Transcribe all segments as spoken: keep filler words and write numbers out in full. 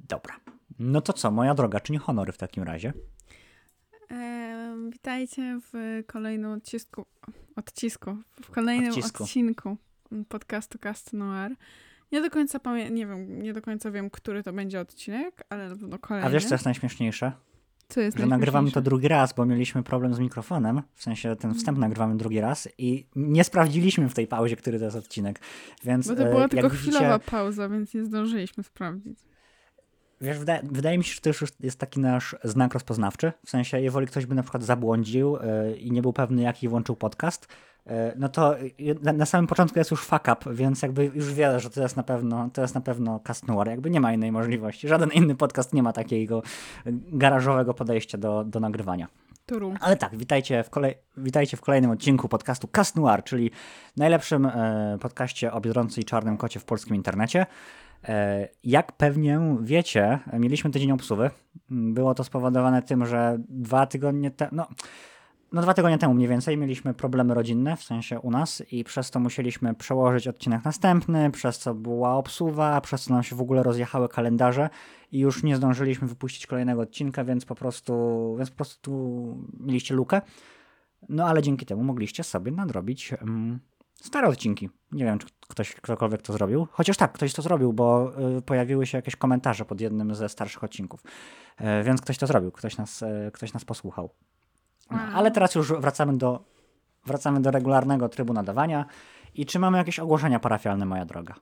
Dobra. No to co, moja droga, czyni honory w takim razie. E, witajcie w kolejnym odcisku, odcisku, w kolejnym Odcisku. odcinku podcastu Cast Noir. Nie do końca pamię- nie wiem, nie do końca wiem, który to będzie odcinek, ale na pewno kolejny. A wiesz, co jest najśmieszniejsze? Co jest Że nagrywamy to drugi raz, bo mieliśmy problem z mikrofonem, w sensie ten wstęp nagrywamy drugi raz i nie sprawdziliśmy w tej pauzie, który to jest odcinek, więc Bo to była e, tylko jak chwilowa widzicie, pauza, więc nie zdążyliśmy sprawdzić. wiesz, wydaje, wydaje mi się, że to już jest taki nasz znak rozpoznawczy, w sensie, jeżeli ktoś by na przykład zabłądził e, i nie był pewny, jaki włączył podcast, e, no to na, na samym początku jest już fuck up, więc jakby już wie, że to jest na pewno, to jest na pewno Cast Noir, jakby nie ma innej możliwości, żaden inny podcast nie ma takiego garażowego podejścia do, do nagrywania. Turu. Ale tak, witajcie w, kolej, witajcie w kolejnym odcinku podcastu Cast Noir, czyli najlepszym e, podcaście o Biedronce i Czarnym Kocie w polskim internecie. E, jak pewnie wiecie, mieliśmy tydzień obsuwy. Było to spowodowane tym, że dwa tygodnie temu, no, no dwa tygodnie temu mniej więcej mieliśmy problemy rodzinne, w sensie u nas i przez to musieliśmy przełożyć odcinek następny, przez co była obsuwa, przez co nam się w ogóle rozjechały kalendarze i już nie zdążyliśmy wypuścić kolejnego odcinka, więc po prostu, więc po prostu mieliście lukę. No ale dzięki temu mogliście sobie nadrobić um, stare odcinki. Nie wiem, czy ktoś, ktokolwiek to zrobił. Chociaż tak, ktoś to zrobił, bo y, pojawiły się jakieś komentarze pod jednym ze starszych odcinków. Y, więc ktoś to zrobił, ktoś nas, y, ktoś nas posłuchał. No, ale teraz już wracamy do, wracamy do regularnego trybu nadawania. I czy mamy jakieś ogłoszenia parafialne, moja droga?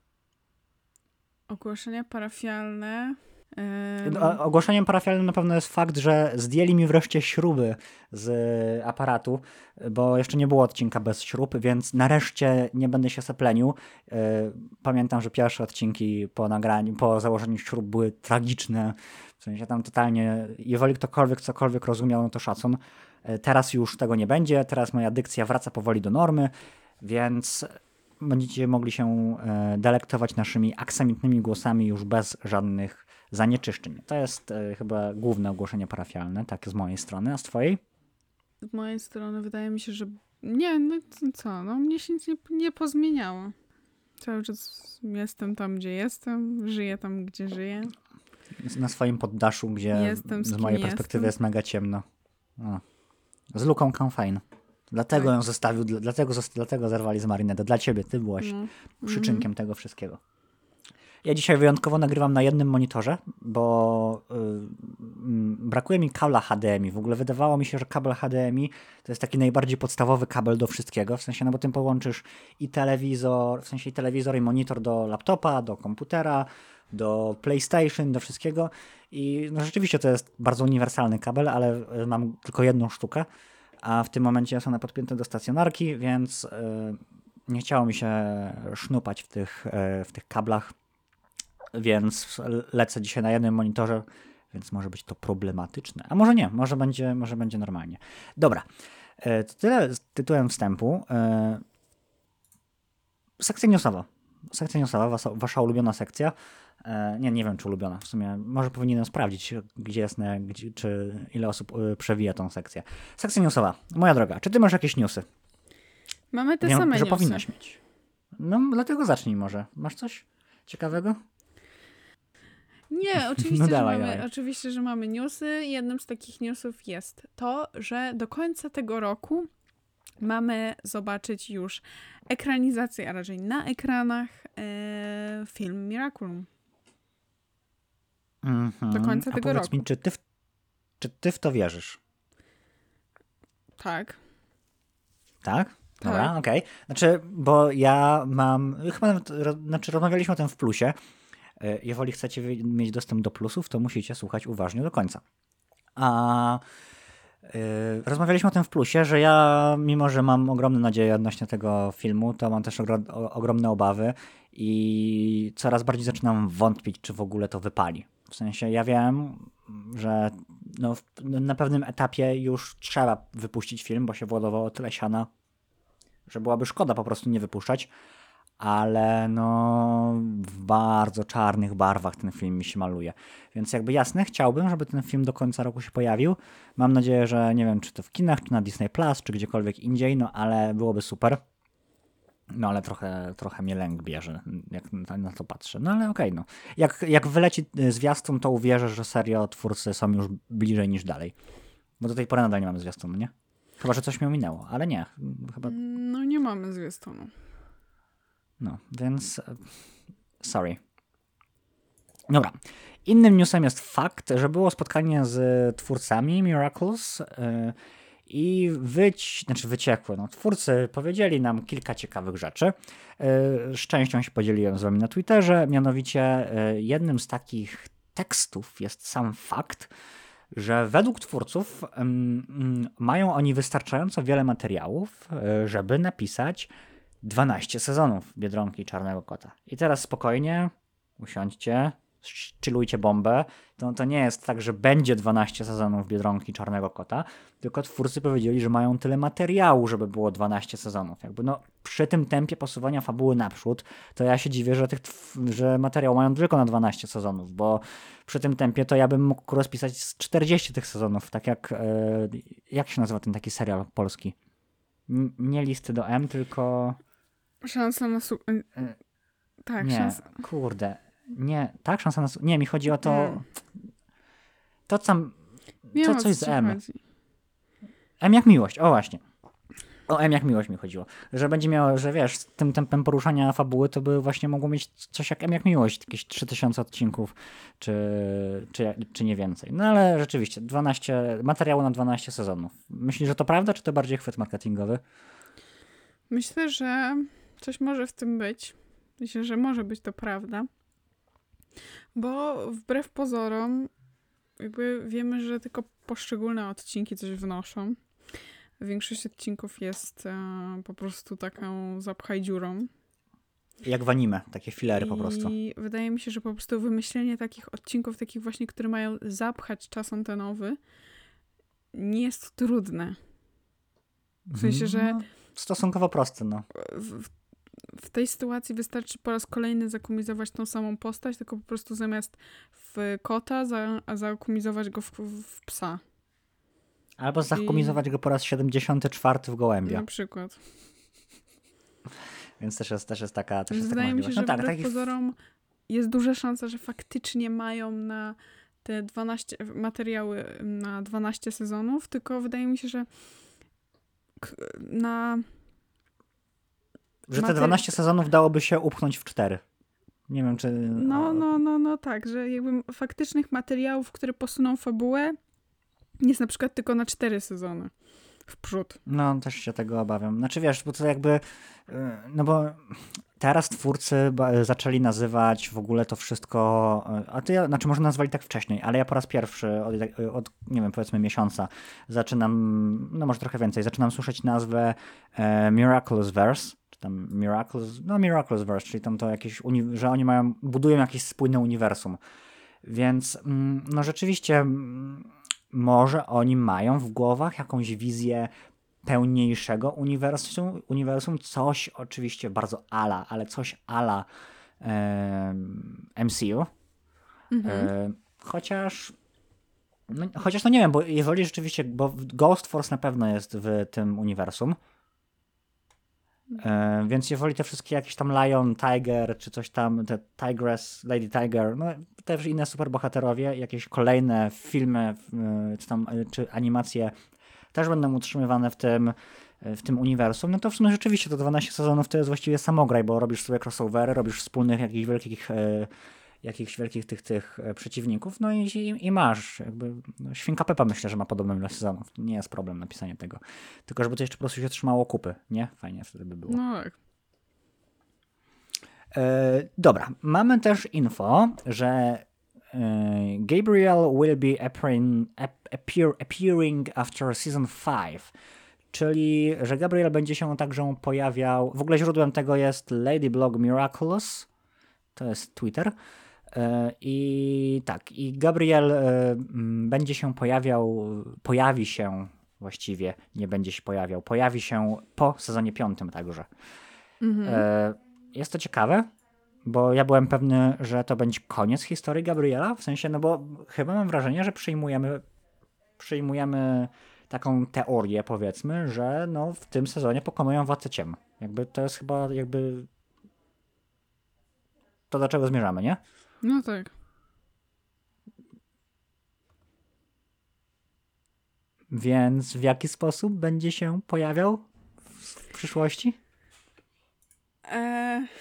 Ogłoszenia parafialne. No, Um, ogłoszeniem parafialnym na pewno jest fakt, że zdjęli mi wreszcie śruby z aparatu, bo jeszcze nie było odcinka bez śrub, więc nareszcie nie będę się seplenił. Pamiętam, że pierwsze odcinki po nagraniu, po założeniu śrub były tragiczne. W sensie tam totalnie, jeżeli ktokolwiek cokolwiek rozumiał, no to szacun. Teraz już tego nie będzie, teraz moja dykcja wraca powoli do normy, więc będziecie mogli się delektować naszymi aksamitnymi głosami już bez żadnych zanieczyszczeń. To jest y, chyba główne ogłoszenie parafialne, tak z mojej strony, a z twojej? z mojej strony wydaje mi się, że nie, no co, no mnie się nic nie, nie pozmieniało. Cały czas jestem tam, gdzie jestem, żyję tam, gdzie żyję. Na swoim poddaszu, gdzie Jestem, z, z kim mojej perspektywy jestem. jest mega ciemno. O. Z Luką Campaign. Dlatego Tak. ją zostawił, dla- dlatego, zost- dlatego zerwali z Marinette. Dla ciebie, ty byłaś No. przyczynkiem Mhm. tego wszystkiego. Ja dzisiaj wyjątkowo nagrywam na jednym monitorze, bo y, mm, brakuje mi kabla H D M I. W ogóle wydawało mi się, że kabel H D M I to jest taki najbardziej podstawowy kabel do wszystkiego, w sensie, no bo tym połączysz i telewizor, w sensie i telewizor, i monitor do laptopa, do komputera, do PlayStation, do wszystkiego i no rzeczywiście to jest bardzo uniwersalny kabel, ale y, mam tylko jedną sztukę, a w tym momencie są one podpięte do stacjonarki, więc y, nie chciało mi się sznupać w tych, y, w tych kablach. Więc lecę dzisiaj na jednym monitorze, więc może być to problematyczne. A może nie, może będzie, może będzie normalnie. Dobra, to tyle z tytułem wstępu. Sekcja newsowa. Sekcja newsowa, wasza, wasza ulubiona sekcja. Nie, nie wiem, czy ulubiona. W sumie może powinienem sprawdzić, gdzie jest, na, gdzie, czy ile osób przewija tą sekcję. Sekcja newsowa. Moja droga, czy ty masz jakieś newsy? Mamy te Wiem, same że newsy. powinnaś mieć. No, dlatego zacznij może. Masz coś ciekawego? Nie, oczywiście, No że dawaj, mamy, dawaj. oczywiście, że mamy newsy. Jednym z takich newsów jest to, że do końca tego roku mamy zobaczyć już ekranizację, a raczej na ekranach e, film Miraculum. Mhm. Do końca A tego powiedz roku. mi, czy ty, w, czy ty w to wierzysz? Tak. Tak? Dobra, Tak. okej. Znaczy, bo ja mam, chyba nawet, ro, znaczy rozmawialiśmy o tym w plusie. E, Jeżeli chcecie wi- mieć dostęp do plusów, to musicie słuchać uważnie do końca. A e, rozmawialiśmy o tym w plusie, że ja, mimo że mam ogromne nadzieje odnośnie tego filmu, to mam też ogro, o, ogromne obawy i coraz bardziej zaczynam wątpić, czy w ogóle to wypali. W sensie ja wiem, że no, w, na pewnym etapie już trzeba wypuścić film, bo się władowało tyle siana, że byłaby szkoda po prostu nie wypuszczać, ale no w bardzo czarnych barwach ten film mi się maluje. Więc jakby jasne, chciałbym, żeby ten film do końca roku się pojawił. Mam nadzieję, że nie wiem, czy to w kinach, czy na Disney Plus, czy gdziekolwiek indziej, no ale byłoby super. No ale trochę, trochę mnie lęk bierze, jak na, na to patrzę. No ale okej, okay, no. Jak, jak wyleci zwiastun, to uwierzę, że serio twórcy są już bliżej niż dalej. Bo do tej pory nadal nie mamy zwiastunu, nie? Chyba, że coś mi ominęło, ale nie. Chyba... No nie mamy zwiastunu. No, więc sorry. Dobra. Innym newsem jest fakt, że było spotkanie z twórcami Miraculous yy, i wyci- znaczy wyciekły. No, twórcy powiedzieli nam kilka ciekawych rzeczy. Yy, z częścią się podzieliłem z wami na Twitterze. Mianowicie yy, jednym z takich tekstów jest sam fakt, że według twórców yy, yy, mają oni wystarczająco wiele materiałów, yy, żeby napisać dwanaście sezonów Biedronki i Czarnego Kota. I teraz spokojnie usiądźcie, chillujcie bombę. To, to nie jest tak, że będzie dwanaście sezonów Biedronki i Czarnego Kota, tylko twórcy powiedzieli, że mają tyle materiału, żeby było dwanaście sezonów. Jakby no, przy tym tempie posuwania fabuły naprzód, to ja się dziwię, że, tych, że materiał mają tylko na dwanaście sezonów, bo przy tym tempie to ja bym mógł rozpisać z czterdzieści tych sezonów, tak jak, e, jak się nazywa ten taki serial polski? N- nie Listy do M, tylko... Szansa na... Su- tak, nie, szansa... kurde. Nie, tak? Szansa na... Nie, mi chodzi o to... Hmm. To tam... Wiem, To o coś co z ci M. chodzi. M jak miłość, o właśnie. O M jak miłość mi chodziło. Że będzie miało, że wiesz, z tym tempem poruszania fabuły to by właśnie mogło mieć coś jak M jak miłość. Jakieś trzy tysiące odcinków, czy, czy, czy nie więcej. No ale rzeczywiście, dwanaście, materiału na dwanaście sezonów. Myślisz, że to prawda, czy to bardziej chwyt marketingowy? Myślę, że coś może w tym być. Myślę, że może być to prawda. Bo wbrew pozorom jakby wiemy, że tylko poszczególne odcinki coś wnoszą. Większość odcinków jest e, po prostu taką zapchaj dziurą. Jak w anime, takie filery I po prostu. I wydaje mi się, że po prostu wymyślenie takich odcinków, takich właśnie, które mają zapchać czas antenowy, nie jest trudne. W sensie, że... No, stosunkowo proste, no. W, w tej sytuacji wystarczy po raz kolejny zakumizować tą samą postać, tylko po prostu zamiast w kota za, zakumizować go w, w psa. Albo zakumizować I... go po raz siedemdziesiąty czwarty w gołębia. Na przykład. Więc też jest, też jest taka, też jest Wydaje taka mi się, możliwość. że No tak, wbrew taki... pozorom jest duża szansa, że faktycznie mają na te dwanaście materiały na dwanaście sezonów, tylko wydaje mi się, że na Że te dwanaście sezonów dałoby się upchnąć w cztery. Nie wiem, czy... No, no, no, no tak, że jakby faktycznych materiałów, które posuną fabułę, jest na przykład tylko na cztery sezony w przód. No, też się tego obawiam. Znaczy wiesz, bo to jakby... No bo teraz twórcy zaczęli nazywać w ogóle to wszystko... A to ja, znaczy może nazwali tak wcześniej, ale ja po raz pierwszy od, od nie wiem, powiedzmy miesiąca zaczynam, no może trochę więcej, zaczynam słyszeć nazwę e, Miraculous Verse, tam Miraculous, no Miraculous Verse, czyli tam to jakieś, uni- że oni mają, budują jakieś spójne uniwersum. Więc no rzeczywiście może oni mają w głowach jakąś wizję pełniejszego uniwersum, uniwersum coś oczywiście bardzo ala, ale coś ala e, M C U. Mhm. E, chociaż no, chociaż no nie wiem, bo jeżeli rzeczywiście, bo Ghost Force na pewno jest w tym uniwersum, E, więc jeżeli te wszystkie jakieś tam Lion, Tiger, czy coś tam, te Tigress, Lady Tiger, no też inne superbohaterowie, jakieś kolejne filmy, czy tam, czy animacje też będą utrzymywane w tym, w tym uniwersum, no to w sumie rzeczywiście to dwanaście sezonów to jest właściwie samograj, bo robisz sobie crossovery, robisz wspólnych jakichś wielkich jakichś wielkich tych, tych przeciwników, no i, i, i masz. Jakby, no, Świnka Pepa myślę, że ma podobną ilość sezonów. Nie jest problem napisanie tego. Tylko żeby to jeszcze po prostu się trzymało kupy, nie? Fajnie wtedy by było. No tak. E, dobra, mamy też info, że e, Gabriel will be appearing, appear, appearing after season five. Czyli, że Gabriel będzie się także pojawiał, w ogóle źródłem tego jest Ladyblog Miraculous, to jest Twitter. I tak, i Gabriel będzie się pojawiał, pojawi się właściwie, nie będzie się pojawiał, pojawi się po sezonie piątym także. Mhm. Jest to ciekawe, bo ja byłem pewny, że to będzie koniec historii Gabriela, w sensie, no bo chyba mam wrażenie, że przyjmujemy, przyjmujemy taką teorię, powiedzmy, że no w tym sezonie pokonują Władcę Ciem. Jakby to jest chyba jakby to, do czego zmierzamy, nie? No tak. Więc w jaki sposób będzie się pojawiał w, w przyszłości? Eee...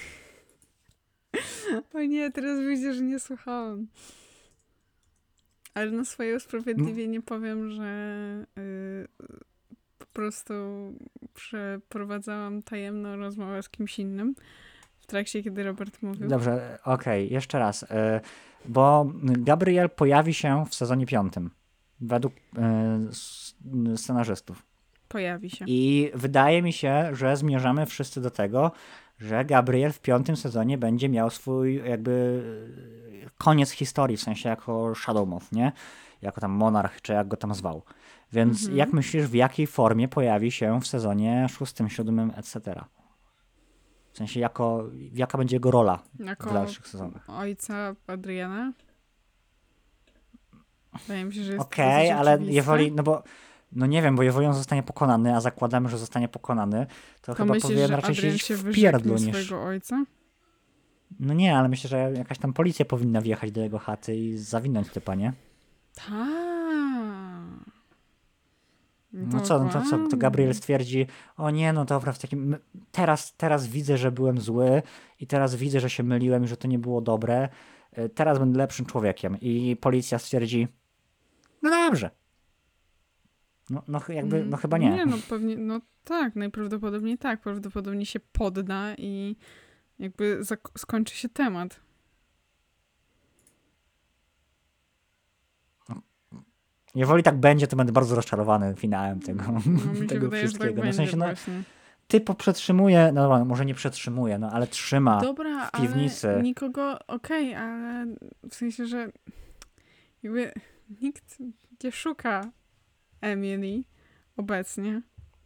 O nie, teraz widzę, że nie słuchałam. Ale na swoje usprawiedliwienie powiem, że yy, po prostu przeprowadzałam tajemną rozmowę z kimś innym w trakcie, kiedy Robert mówił. Dobrze, okej, okay, jeszcze raz. Yy, bo Gabriel pojawi się w sezonie piątym. Według yy, scenarzystów. Pojawi się. I wydaje mi się, że zmierzamy wszyscy do tego, że Gabriel w piątym sezonie będzie miał swój jakby koniec historii, w sensie jako Shadowmoth, nie? Jako tam monarch, czy jak go tam zwał. Więc mhm. jak myślisz, w jakiej formie pojawi się w sezonie szóstym, siódmym, et cetera? W sensie, jako, jaka będzie jego rola jako w dalszych sezonach? Ojca Adriana? Wydaje mi się, że jest Okej, okay, ale jeżeli, no bo no nie wiem, bo jeżeli on zostanie pokonany, a zakładamy, że zostanie pokonany, to, to chyba myślisz, powinien że raczej Adrian siedzieć się w pierdlu niż... swojego ojca? No nie, ale myślę, że jakaś tam policja powinna wjechać do jego chaty i zawinąć typa, nie? Tak. No co, no to co, to Gabriel stwierdzi, o nie, no dobra, w takim, teraz, teraz widzę, że byłem zły i teraz widzę, że się myliłem i że to nie było dobre, teraz będę lepszym człowiekiem. I policja stwierdzi, no dobrze. No, no jakby, no chyba nie. Nie, no pewnie, no tak, najprawdopodobniej tak. Prawdopodobnie się podda i jakby zak- skończy się temat. Jeżeli tak będzie, to będę bardzo rozczarowany finałem tego, no, mi tego wydaje, wszystkiego. Tak no, w sensie, no, właśnie. typo przetrzymuje, no dobra, może nie przetrzymuje, no ale trzyma Dobra, w piwnicy. Ale nikogo, okej, okay, ale w sensie, że jakby nikt nie szuka Emily obecnie.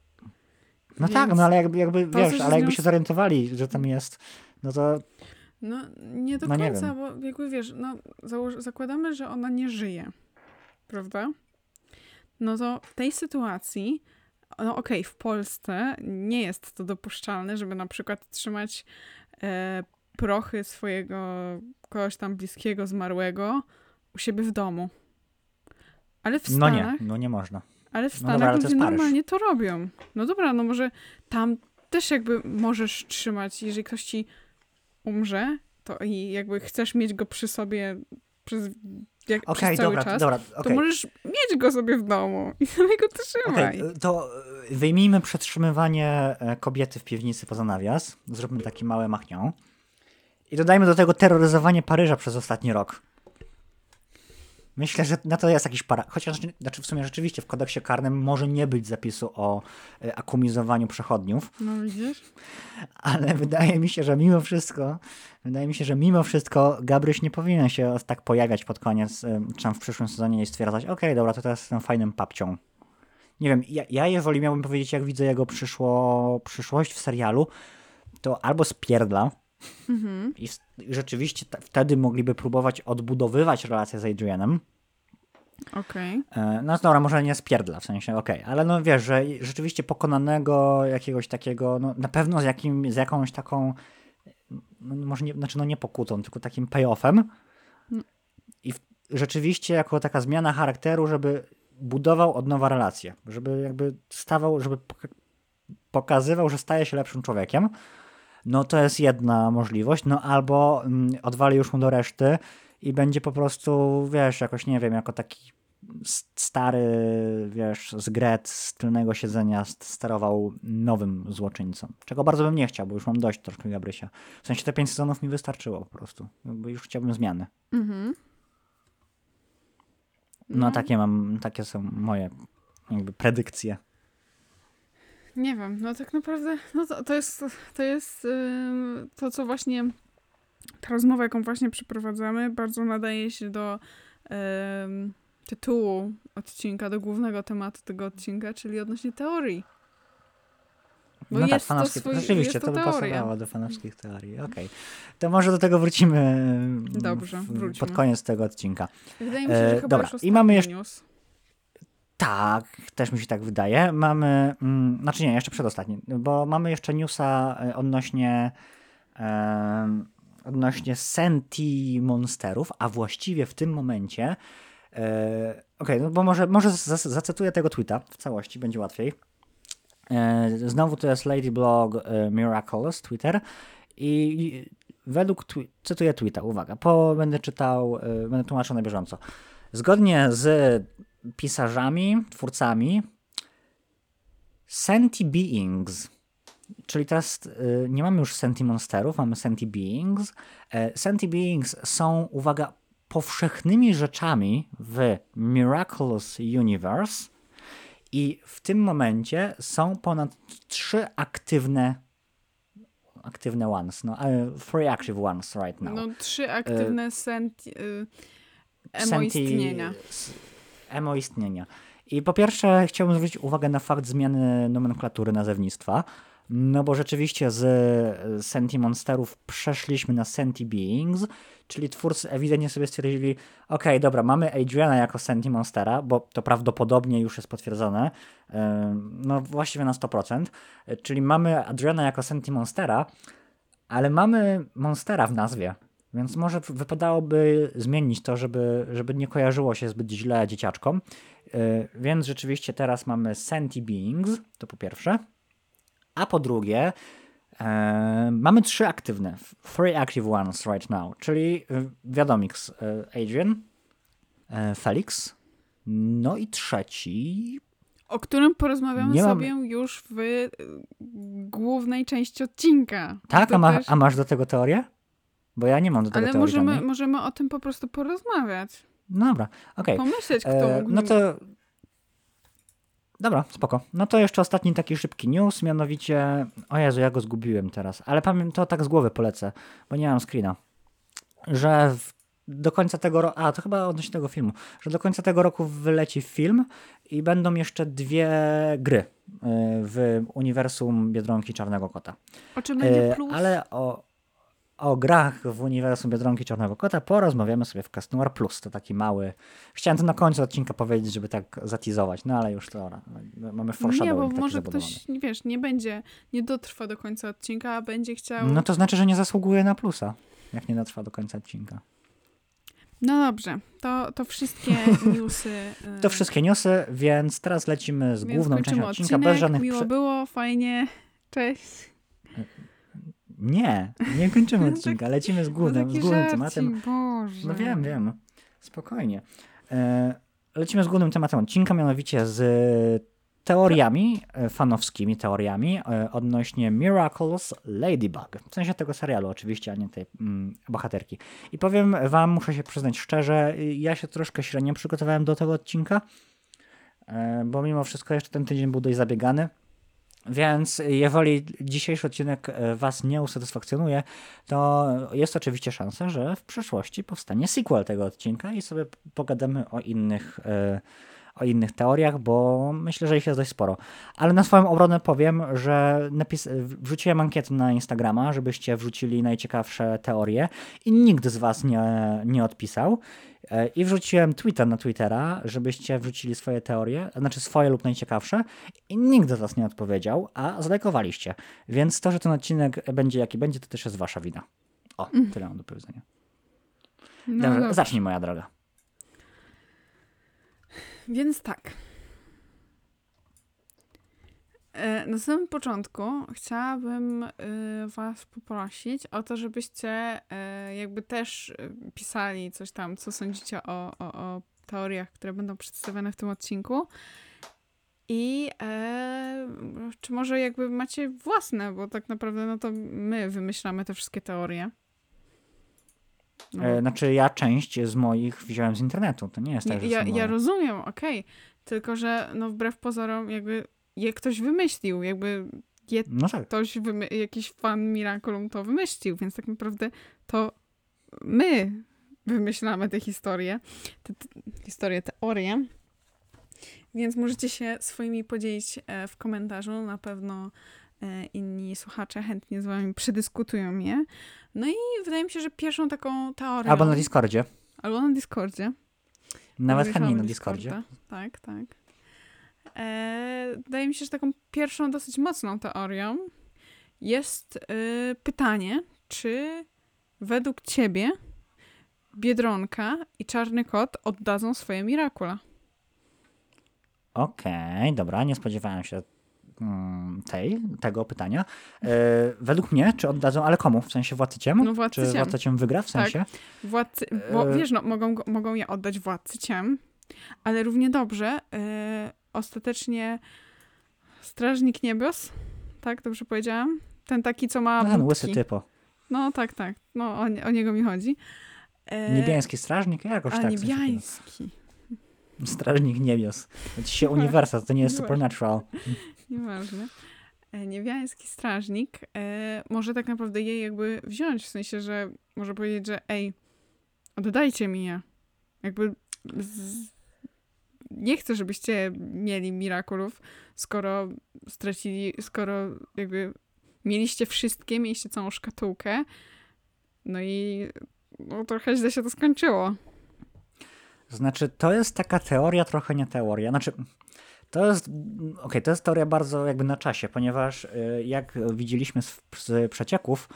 No Więc tak, no ale jakby, jakby to, wiesz, ale jakby nią... się zorientowali, że tam jest, no to... No nie do no, końca, nie bo jakby wiesz, no założ- zakładamy, że ona nie żyje, prawda? No to w tej sytuacji, no okej, okay, w Polsce nie jest to dopuszczalne, żeby na przykład trzymać e, prochy swojego kogoś tam bliskiego, zmarłego u siebie w domu. Ale w Stanach... No nie, no nie można. Ale w no Stanach dobra, ale ludzie to normalnie to robią. No dobra, no może tam też jakby możesz trzymać, jeżeli ktoś ci umrze, to i jakby chcesz mieć go przy sobie przez, jak, okay, przez cały dobra, czas, dobra, okay. to możesz mieć go sobie w domu i sobie go trzymaj. Okay, to wyjmijmy przetrzymywanie kobiety w piwnicy poza nawias, zróbmy taki mały machnią i dodajmy do tego terroryzowanie Paryża przez ostatni rok. Myślę, że na to jest jakiś para... Chociaż znaczy w sumie rzeczywiście w kodeksie karnym może nie być zapisu o y, akumizowaniu przechodniów. No widzisz? Ale wydaje mi się, że mimo wszystko wydaje mi się, że mimo wszystko Gabryś nie powinien się tak pojawiać pod koniec, y, czy tam w przyszłym sezonie i stwierdzać, okej, okay, dobra, to teraz jestem fajnym papcią. Nie wiem, ja, ja jeżeli miałbym powiedzieć, jak widzę jego przyszło, przyszłość w serialu, to albo spierdla, Mhm. I rzeczywiście t- wtedy mogliby próbować odbudowywać relacje z Adrianem. Okej. Okay. No dobra, może nie spierdla, w sensie okej, okay. Ale no wiesz, że rzeczywiście pokonanego jakiegoś takiego, no na pewno z, jakim, z jakąś taką, no może nie, znaczy no nie pokutą, tylko takim payoffem. No. I w, rzeczywiście jako taka zmiana charakteru, żeby budował od nowa relacje, żeby jakby stawał, żeby pokazywał, że staje się lepszym człowiekiem. No to jest jedna możliwość, no albo mm, odwali już mu do reszty i będzie po prostu, wiesz, jakoś, nie wiem, jako taki stary, wiesz, zgret z tylnego siedzenia sterował nowym złoczyńcą. Czego bardzo bym nie chciał, bo już mam dość troszkę Gabrysia. W sensie te pięć sezonów mi wystarczyło po prostu, bo już chciałbym zmiany. Mhm. No, no takie mam, takie są moje jakby predykcje. Nie wiem, no tak naprawdę no to, to jest, to, jest yy, to, co właśnie ta rozmowa, jaką właśnie przeprowadzamy, bardzo nadaje się do yy, tytułu odcinka, do głównego tematu tego odcinka, czyli odnośnie teorii. Bo no jest tak, fanowskie, to swój, rzeczywiście, jest to, to by teoria. pasowało do fanowskich teorii. Okej. Okay. To może do tego wrócimy Dobrze, w, wróćmy. pod koniec tego odcinka. Wydaje mi się, że e, chyba dobra. już I mamy jeszcze news. Tak, też mi się tak wydaje. Mamy, mm, znaczy nie, jeszcze przedostatni, bo mamy jeszcze newsa e, odnośnie e, odnośnie Senti Monsterów, a właściwie w tym momencie e, okej, no bo może, może z- zacytuję tego tweeta w całości, będzie łatwiej. E, znowu to jest Ladyblog e, Miraculous, Twitter i według, twi- cytuję tweeta, uwaga, po, będę czytał, e, będę tłumaczył na bieżąco. Zgodnie z pisarzami, twórcami, Senti Beings, czyli teraz y, nie mamy już Senti Monsterów, mamy Senti Beings. E, Senti Beings są, uwaga, powszechnymi rzeczami w Miraculous Universe i w tym momencie są ponad trzy aktywne aktywne ones, no, uh, three active ones right now. No trzy aktywne senti... Y, emo Senti- istnienia. s- Emo istnienia. I po pierwsze chciałbym zwrócić uwagę na fakt zmiany nomenklatury nazewnictwa, no bo rzeczywiście z e, Senti Monsterów przeszliśmy na Senti Beings, czyli twórcy ewidentnie sobie stwierdzili, okej, dobra, mamy Adriana jako Senti Monstera, bo to prawdopodobnie już jest potwierdzone, e, no właściwie na sto procent, e, czyli mamy Adriana jako Senti Monstera, ale mamy Monstera w nazwie, więc może w- wypadałoby zmienić to, żeby, żeby nie kojarzyło się zbyt źle dzieciaczkom. Yy, więc rzeczywiście teraz mamy Senti Beings, to po pierwsze. A po drugie, yy, mamy trzy aktywne, three active ones right now, czyli yy, wiadomix, yy, Adrian, yy, Felix, no i trzeci. O którym porozmawiamy Nie mam- sobie już w y, głównej części odcinka. Tak, To a, ma, też- a masz do tego teorię? Bo ja nie mam do tego Ale teorii możemy, żadnej. możemy o tym po prostu porozmawiać. No dobra, okej. Pomyśleć, kto E, mógł... no to. Dobra, spoko. No to jeszcze ostatni taki szybki news, mianowicie. O Jezu, ja go zgubiłem teraz, ale pamiętam, to tak z głowy polecę, bo nie mam screena. Że w, do końca tego roku. A, to chyba odnośnie tego filmu. Że do końca tego roku wyleci film i będą jeszcze dwie gry y, w uniwersum Biedronki Czarnego Kota. O czym będzie E, plus? Ale o, o grach w uniwersum Biedronki Czarnego Kota porozmawiamy sobie w Cast Noir Plus. To taki mały... Chciałem to na końcu odcinka powiedzieć, żeby tak zatizować, no ale już to dobra. Mamy foreshadowing Nie, bo taki może zabudowany. ktoś, wiesz, nie będzie, nie dotrwa do końca odcinka, a będzie chciał... No to znaczy, że nie zasługuje na plusa, jak nie dotrwa do końca odcinka. No dobrze, to, to wszystkie newsy... y, To wszystkie newsy, więc teraz lecimy z więc główną kończymy częścią odcinka, odcinek. bez żadnych... Miło prze- było, fajnie, cześć. Nie, nie kończymy No tak- odcinka, lecimy z No głównym, taki z głównym żarcik, tematem. Boże. No wiem, wiem. Spokojnie. E, lecimy z głównym tematem odcinka, mianowicie z teoriami, e, fanowskimi teoriami e, odnośnie Miraculous Ladybug. W sensie tego serialu oczywiście, a nie tej mm, bohaterki. I powiem wam, muszę się przyznać szczerze, y, ja się troszkę średnio przygotowałem do tego odcinka, e, bo mimo wszystko jeszcze ten tydzień był dość zabiegany. Więc jeżeli dzisiejszy odcinek e, was nie usatysfakcjonuje, to jest oczywiście szansa, że w przyszłości powstanie sequel tego odcinka i sobie pogadamy o innych, e, o innych teoriach, bo myślę, że ich jest dość sporo. Ale na swoją obronę powiem, że napis- wrzuciłem ankietę na Instagrama, żebyście wrzucili najciekawsze teorie i nikt z was nie, nie odpisał. E, I wrzuciłem tweeta na Twittera, żebyście wrzucili swoje teorie, znaczy swoje lub najciekawsze i nikt z was nie odpowiedział, a zalajkowaliście. Więc to, że ten odcinek będzie jaki będzie, to też jest wasza wina. O, tyle mam do powiedzenia. No Dobrze, dobrze. zacznij, moja droga. Więc tak. E, Na samym początku chciałabym y, was poprosić o to, żebyście y, jakby też y, pisali coś tam, co sądzicie o, o, o teoriach, które będą przedstawione w tym odcinku. I e, czy może jakby macie własne, bo tak naprawdę no to my wymyślamy te wszystkie teorie. No. E, znaczy ja część z moich wziąłem z internetu, to nie jest tak, Nie, że ja, są ja moje. rozumiem, okej. Tylko, że no wbrew pozorom jakby je ktoś wymyślił, jakby je No tak. ktoś, wymy- jakiś fan Miraculum to wymyślił, więc tak naprawdę to my wymyślamy te historie, te, te historie, teorie. Więc możecie się swoimi podzielić e, w komentarzu. Na pewno e, inni słuchacze chętnie z wami przedyskutują je. No i wydaje mi się, że pierwszą taką teorią... Albo na Discordzie. Albo na Discordzie. Nawet Zapraszamy chętniej na do Discordzie. Discorda. Tak, tak. E, wydaje mi się, że taką pierwszą dosyć mocną teorią jest e, pytanie, czy według ciebie Biedronka i Czarny Kot oddadzą swoje Mirakula? Okej, okay, dobra, nie spodziewałem się mm, tej, tego pytania. E, według mnie, czy oddadzą, ale komu? W sensie Władcy Ciem? No, Władcy Czy Ciem. Władca Ciem wygra w sensie? Tak. Władcy, bo wiesz, no, mogą, mogą je oddać Władcy Ciem, ale równie dobrze e, ostatecznie Strażnik Niebios, tak, dobrze powiedziałam? Ten taki, co ma No ten budki. łysy typo. No tak, tak, no o, o niego mi chodzi. E, Niebiański strażnik? Jakoś a, tak. niebiański. Strażnik Niebios. To się uniwersal, to nie jest Supernatural. Nieważne. E, Niebiański strażnik e, może tak naprawdę jej jakby wziąć, w sensie, że może powiedzieć, że ej, oddajcie mi je. Jakby z... nie chcę, żebyście mieli Mirakulów, skoro stracili, skoro jakby mieliście wszystkie, mieliście całą szkatułkę, no i no, trochę źle się to skończyło. Znaczy, to jest taka teoria, trochę nie teoria. Znaczy, to jest, okej, okay, to jest teoria bardzo jakby na czasie, ponieważ jak widzieliśmy z, z przecieków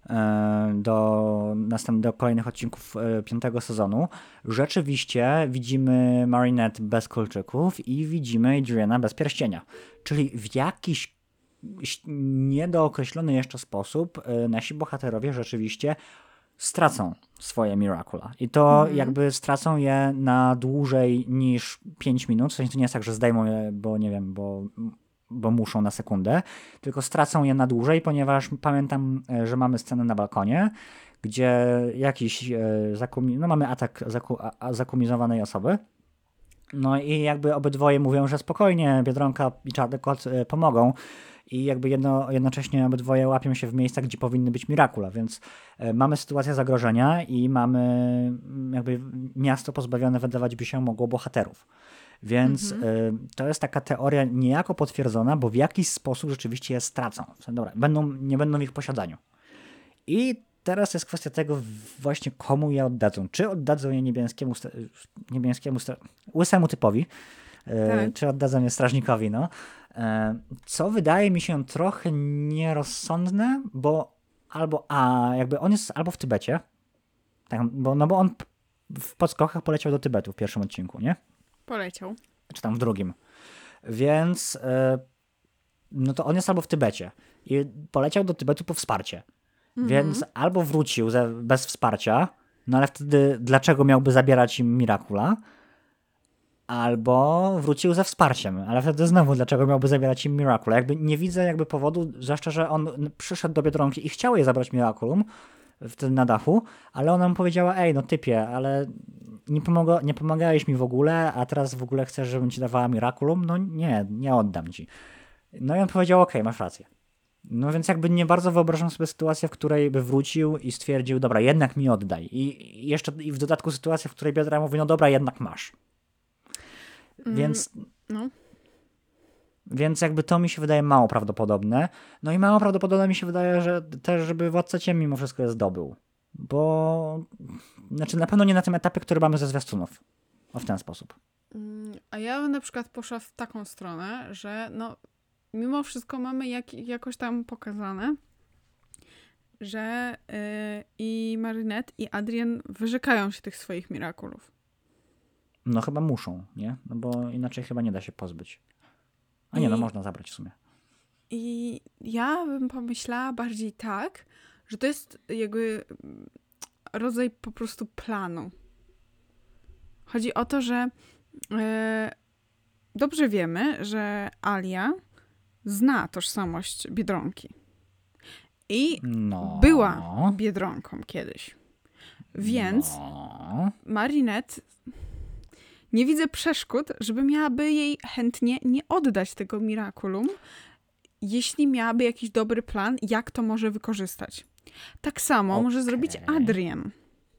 do, następ, do kolejnych odcinków piątego sezonu, rzeczywiście widzimy Marinette bez kolczyków i widzimy Adriana bez pierścienia. Czyli w jakiś niedookreślony jeszcze sposób nasi bohaterowie rzeczywiście stracą swoje Miracula. I to mhm. jakby stracą je na dłużej niż pięć minut. W sensie to nie jest tak, że zdejmą je, bo nie wiem, bo, bo muszą na sekundę, tylko stracą je na dłużej, ponieważ pamiętam, że mamy scenę na balkonie, gdzie jakiś zakumi- no mamy atak zaku- zakumizowanej osoby. No i jakby obydwoje mówią, że spokojnie, Biedronka i Czarny Kot pomogą. I jakby jedno, jednocześnie obydwoje łapią się w miejscach, gdzie powinny być Miracula, więc y, mamy sytuację zagrożenia i mamy jakby miasto pozbawione, wydawać by się mogło, bohaterów. Więc mm-hmm. y, to jest taka teoria niejako potwierdzona, bo w jakiś sposób rzeczywiście je stracą. Dobra, będą, nie będą w ich posiadaniu. I teraz jest kwestia tego właśnie, komu je oddadzą. Czy oddadzą je niebiańskiemu, niebiańskiemu łysemu typowi, y, tak. czy oddadzą je strażnikowi, no. Co wydaje mi się trochę nierozsądne, bo albo a jakby on jest albo w Tybecie, tak, bo, no bo on w podskokach poleciał do Tybetu w pierwszym odcinku, nie? Poleciał. Czy tam w drugim. Więc no to on jest albo w Tybecie i poleciał do Tybetu po wsparcie. Mhm. Więc albo wrócił ze, bez wsparcia, no ale wtedy dlaczego miałby zabierać im Miracula? Albo wrócił ze wsparciem, ale wtedy znowu dlaczego miałby zabierać im Miracula? Jakby nie widzę jakby powodu, zwłaszcza, że on przyszedł do Biedronki i chciał jej zabrać Miraculum wtedy na dachu, ale ona mu powiedziała, ej no typie, ale nie, pomogo, nie pomagałeś mi w ogóle, a teraz w ogóle chcesz, żebym ci dawała Miraculum? No nie, nie oddam ci. No i on powiedział, okej, okay, masz rację. No więc jakby nie bardzo wyobrażam sobie sytuację, w której by wrócił i stwierdził, dobra, jednak mi oddaj. I jeszcze i w dodatku sytuację, w której Biedra mówi, no dobra, jednak masz. Więc, no. więc jakby to mi się wydaje mało prawdopodobne. No i mało prawdopodobne mi się wydaje, że też, żeby Władca Ciem mimo wszystko je zdobył. Bo znaczy na pewno nie na tym etapie, który mamy ze zwiastunów. O, w ten sposób. A ja bym na przykład poszła w taką stronę, że no mimo wszystko mamy jak, jakoś tam pokazane, że yy, i Marinette i Adrien wyrzekają się tych swoich Miraculów. No chyba muszą, nie? No bo inaczej chyba nie da się pozbyć. A nie, I, no można zabrać w sumie. I ja bym pomyślała bardziej tak, że to jest jakby rodzaj po prostu planu. Chodzi o to, że e, dobrze wiemy, że Alia zna tożsamość Biedronki. I no. była Biedronką kiedyś. Więc no. Marinette nie widzę przeszkód, żeby miałaby jej chętnie nie oddać tego Miraculum, jeśli miałaby jakiś dobry plan, jak to może wykorzystać. Tak samo okay. może zrobić Adrien.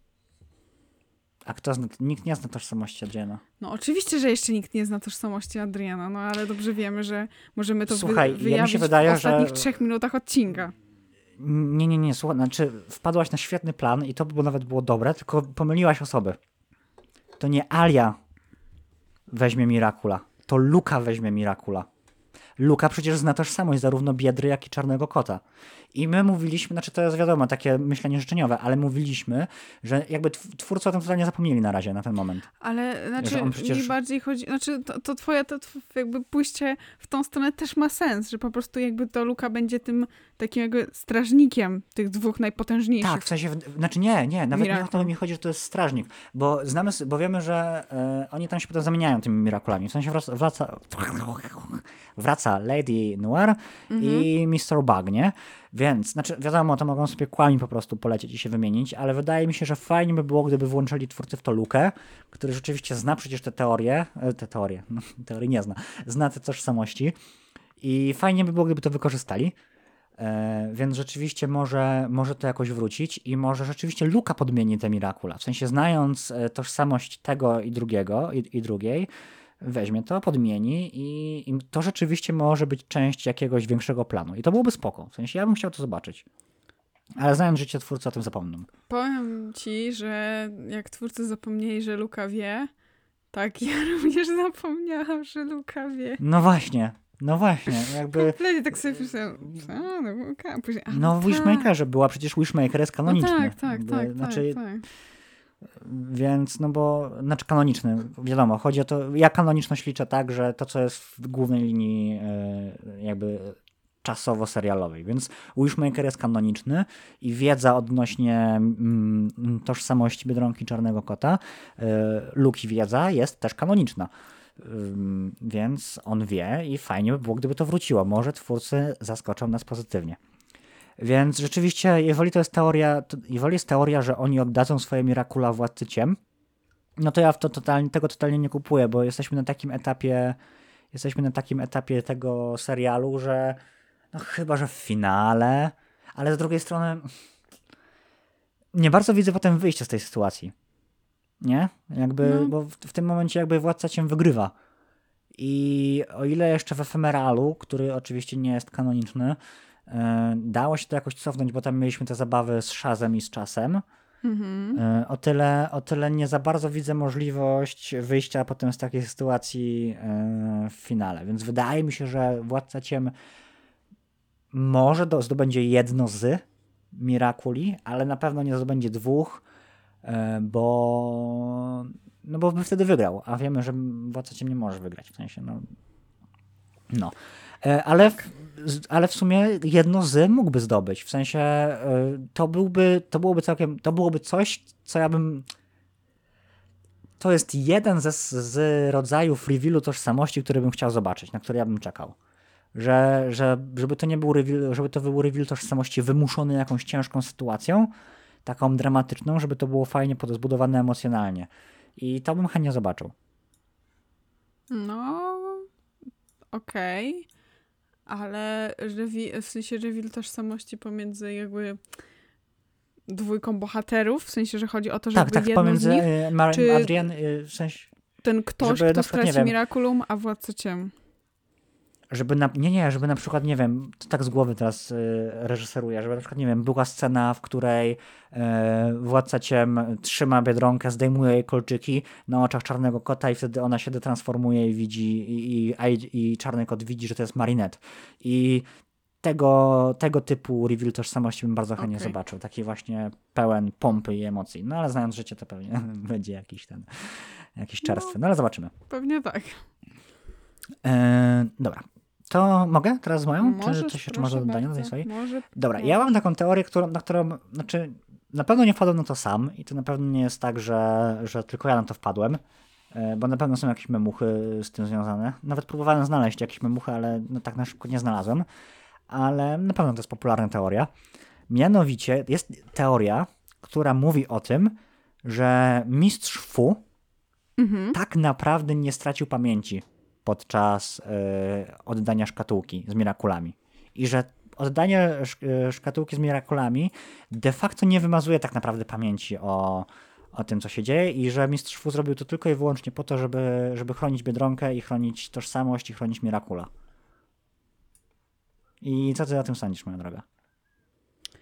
A kto zna? Nikt nie zna tożsamości Adriana. No oczywiście, że jeszcze nikt nie zna tożsamości Adriana, no ale dobrze wiemy, że możemy to Słuchaj, wy- wyjawić ja mi się wydaje, w ostatnich że... trzech minutach odcinka. Nie, nie, nie, słuchaj, znaczy wpadłaś na świetny plan i to by nawet było dobre, tylko pomyliłaś osoby. To nie Alia weźmie Miracula. to Luka weźmie Miracula. Luka przecież zna tożsamość zarówno Biedry, jak i Czarnego Kota. I my mówiliśmy, znaczy to jest wiadomo, takie myślenie życzeniowe, ale mówiliśmy, że jakby twórcy o tym totalnie zapomnieli na razie, na ten moment. Ale znaczy przecież... mi bardziej chodzi, znaczy to, to twoje to jakby pójście w tą stronę też ma sens, że po prostu jakby to Luka będzie tym takim jakby strażnikiem tych dwóch najpotężniejszych. Tak, w sensie, znaczy nie, nie, nawet Miracle. Nie o to mi chodzi, że to jest strażnik, bo znamy, bo wiemy, że y, oni tam się potem zamieniają tymi Miraculami, w sensie wraca, wraca, wraca Lady Noir mhm. i mister Bug, nie? Więc, znaczy wiadomo, to mogą sobie kłami po prostu polecieć i się wymienić, ale wydaje mi się, że fajnie by było, gdyby włączyli twórcy w to Lukę, który rzeczywiście zna przecież te teorie, te teorie, no, teorii nie zna, zna te tożsamości i fajnie by było, gdyby to wykorzystali. E, więc rzeczywiście może, może to jakoś wrócić i może rzeczywiście Luka podmieni te Miracula. W sensie znając tożsamość tego i drugiego i, i drugiej, weźmie to, podmieni i, i to rzeczywiście może być część jakiegoś większego planu. I to byłoby spoko. W sensie ja bym chciał to zobaczyć. Ale znając życie, twórcy o tym zapomną. Powiem ci, że jak twórcy zapomnieli, że Luka wie, tak ja również zapomniałam, że Luka wie. No właśnie. No właśnie, jakby... Kompletnie tak sobie pisałem, a, no, okay. Później, a, no w Wishmakerze była, przecież Wishmaker jest kanoniczny. No tak, tak, jakby, tak, znaczy, tak, tak. Więc, no bo, znaczy kanoniczny, wiadomo, chodzi o to, ja kanoniczność liczę tak, że to, co jest w głównej linii jakby czasowo-serialowej, więc Wishmaker jest kanoniczny i wiedza odnośnie mm, tożsamości Biedronki Czarnego Kota, Luki wiedza jest też kanoniczna. Więc on wie i fajnie by było, gdyby to wróciło. Może twórcy zaskoczą nas pozytywnie. Więc rzeczywiście, jeżeli to jest teoria, to, jeżeli jest teoria, że oni oddadzą swoje Miracula Władcy Ciem, no to ja w to totalnie, tego totalnie nie kupuję, bo jesteśmy na takim etapie jesteśmy na takim etapie tego serialu, że no chyba, że w finale, ale z drugiej strony nie bardzo widzę potem wyjścia z tej sytuacji. Nie? Jakby, no. Bo w, w tym momencie jakby Władca Ciem wygrywa. I o ile jeszcze w efemeralu, który oczywiście nie jest kanoniczny, yy, dało się to jakoś cofnąć, bo tam mieliśmy te zabawy z Shazem i z czasem, mhm. yy, o, tyle, o tyle nie za bardzo widzę możliwość wyjścia potem z takiej sytuacji yy, w finale. Więc wydaje mi się, że Władca Ciem może do, zdobędzie jedno z Miraculi, ale na pewno nie zdobędzie dwóch, bo no bo by wtedy wygrał, a wiemy, że Władca Ciem nie może wygrać, w sensie no no, ale w, ale w sumie jedno z mógłby zdobyć, w sensie to byłby, to byłoby całkiem, to byłoby coś, co ja bym to jest jeden ze, z rodzajów revealu tożsamości, który bym chciał zobaczyć, na który ja bym czekał. Że, że żeby to nie był reveal, żeby to był reveal tożsamości wymuszony jakąś ciężką sytuacją, taką dramatyczną, żeby to było fajnie zbudowane emocjonalnie. I to bym chętnie zobaczył. No, okej. Okay. Ale rewi- w sensie reveal tożsamości pomiędzy jakby dwójką bohaterów, w sensie, że chodzi o to, żeby tak, tak, jedno pomiędzy z nich, Mar- czy Adrian, w sensie, ten ktoś, żeby, kto przykład, straci Miraculum, a Władca Ciem. Żeby na, nie, nie, żeby na przykład, nie wiem, to tak z głowy teraz y, reżyseruję, żeby na przykład, nie wiem, była scena, w której y, Władca Ciem trzyma Biedronkę, zdejmuje jej kolczyki na oczach Czarnego Kota i wtedy ona się detransformuje i widzi, i, i, i, i Czarny Kot widzi, że to jest Marinette. I tego, tego typu reveal tożsamości bym bardzo chętnie okay. zobaczył. Taki właśnie pełen pompy i emocji. No ale znając życie, to pewnie będzie jakiś ten, jakiś czerstwy. No ale zobaczymy. Pewnie tak. E, dobra. To mogę teraz z moją? Możesz, Czy coś jeszcze może do dodania do tej swojej? Może, Dobra, możesz. Ja mam taką teorię, którą, na którą, znaczy na pewno nie wpadłem na to sam i to na pewno nie jest tak, że, że tylko ja na to wpadłem, bo na pewno są jakieś memuchy z tym związane. Nawet próbowałem znaleźć jakieś memuchy, ale no tak na szybko nie znalazłem. Ale na pewno to jest popularna teoria. Mianowicie jest teoria, która mówi o tym, że mistrz Fu mhm. tak naprawdę nie stracił pamięci podczas y, oddania szkatułki z Miraculami. I że oddanie sz- szkatułki z Miraculami de facto nie wymazuje tak naprawdę pamięci o, o tym, co się dzieje i że mistrz Fu zrobił to tylko i wyłącznie po to, żeby, żeby chronić Biedronkę i chronić tożsamość i chronić Miracula. I co ty o tym sądzisz, moja droga?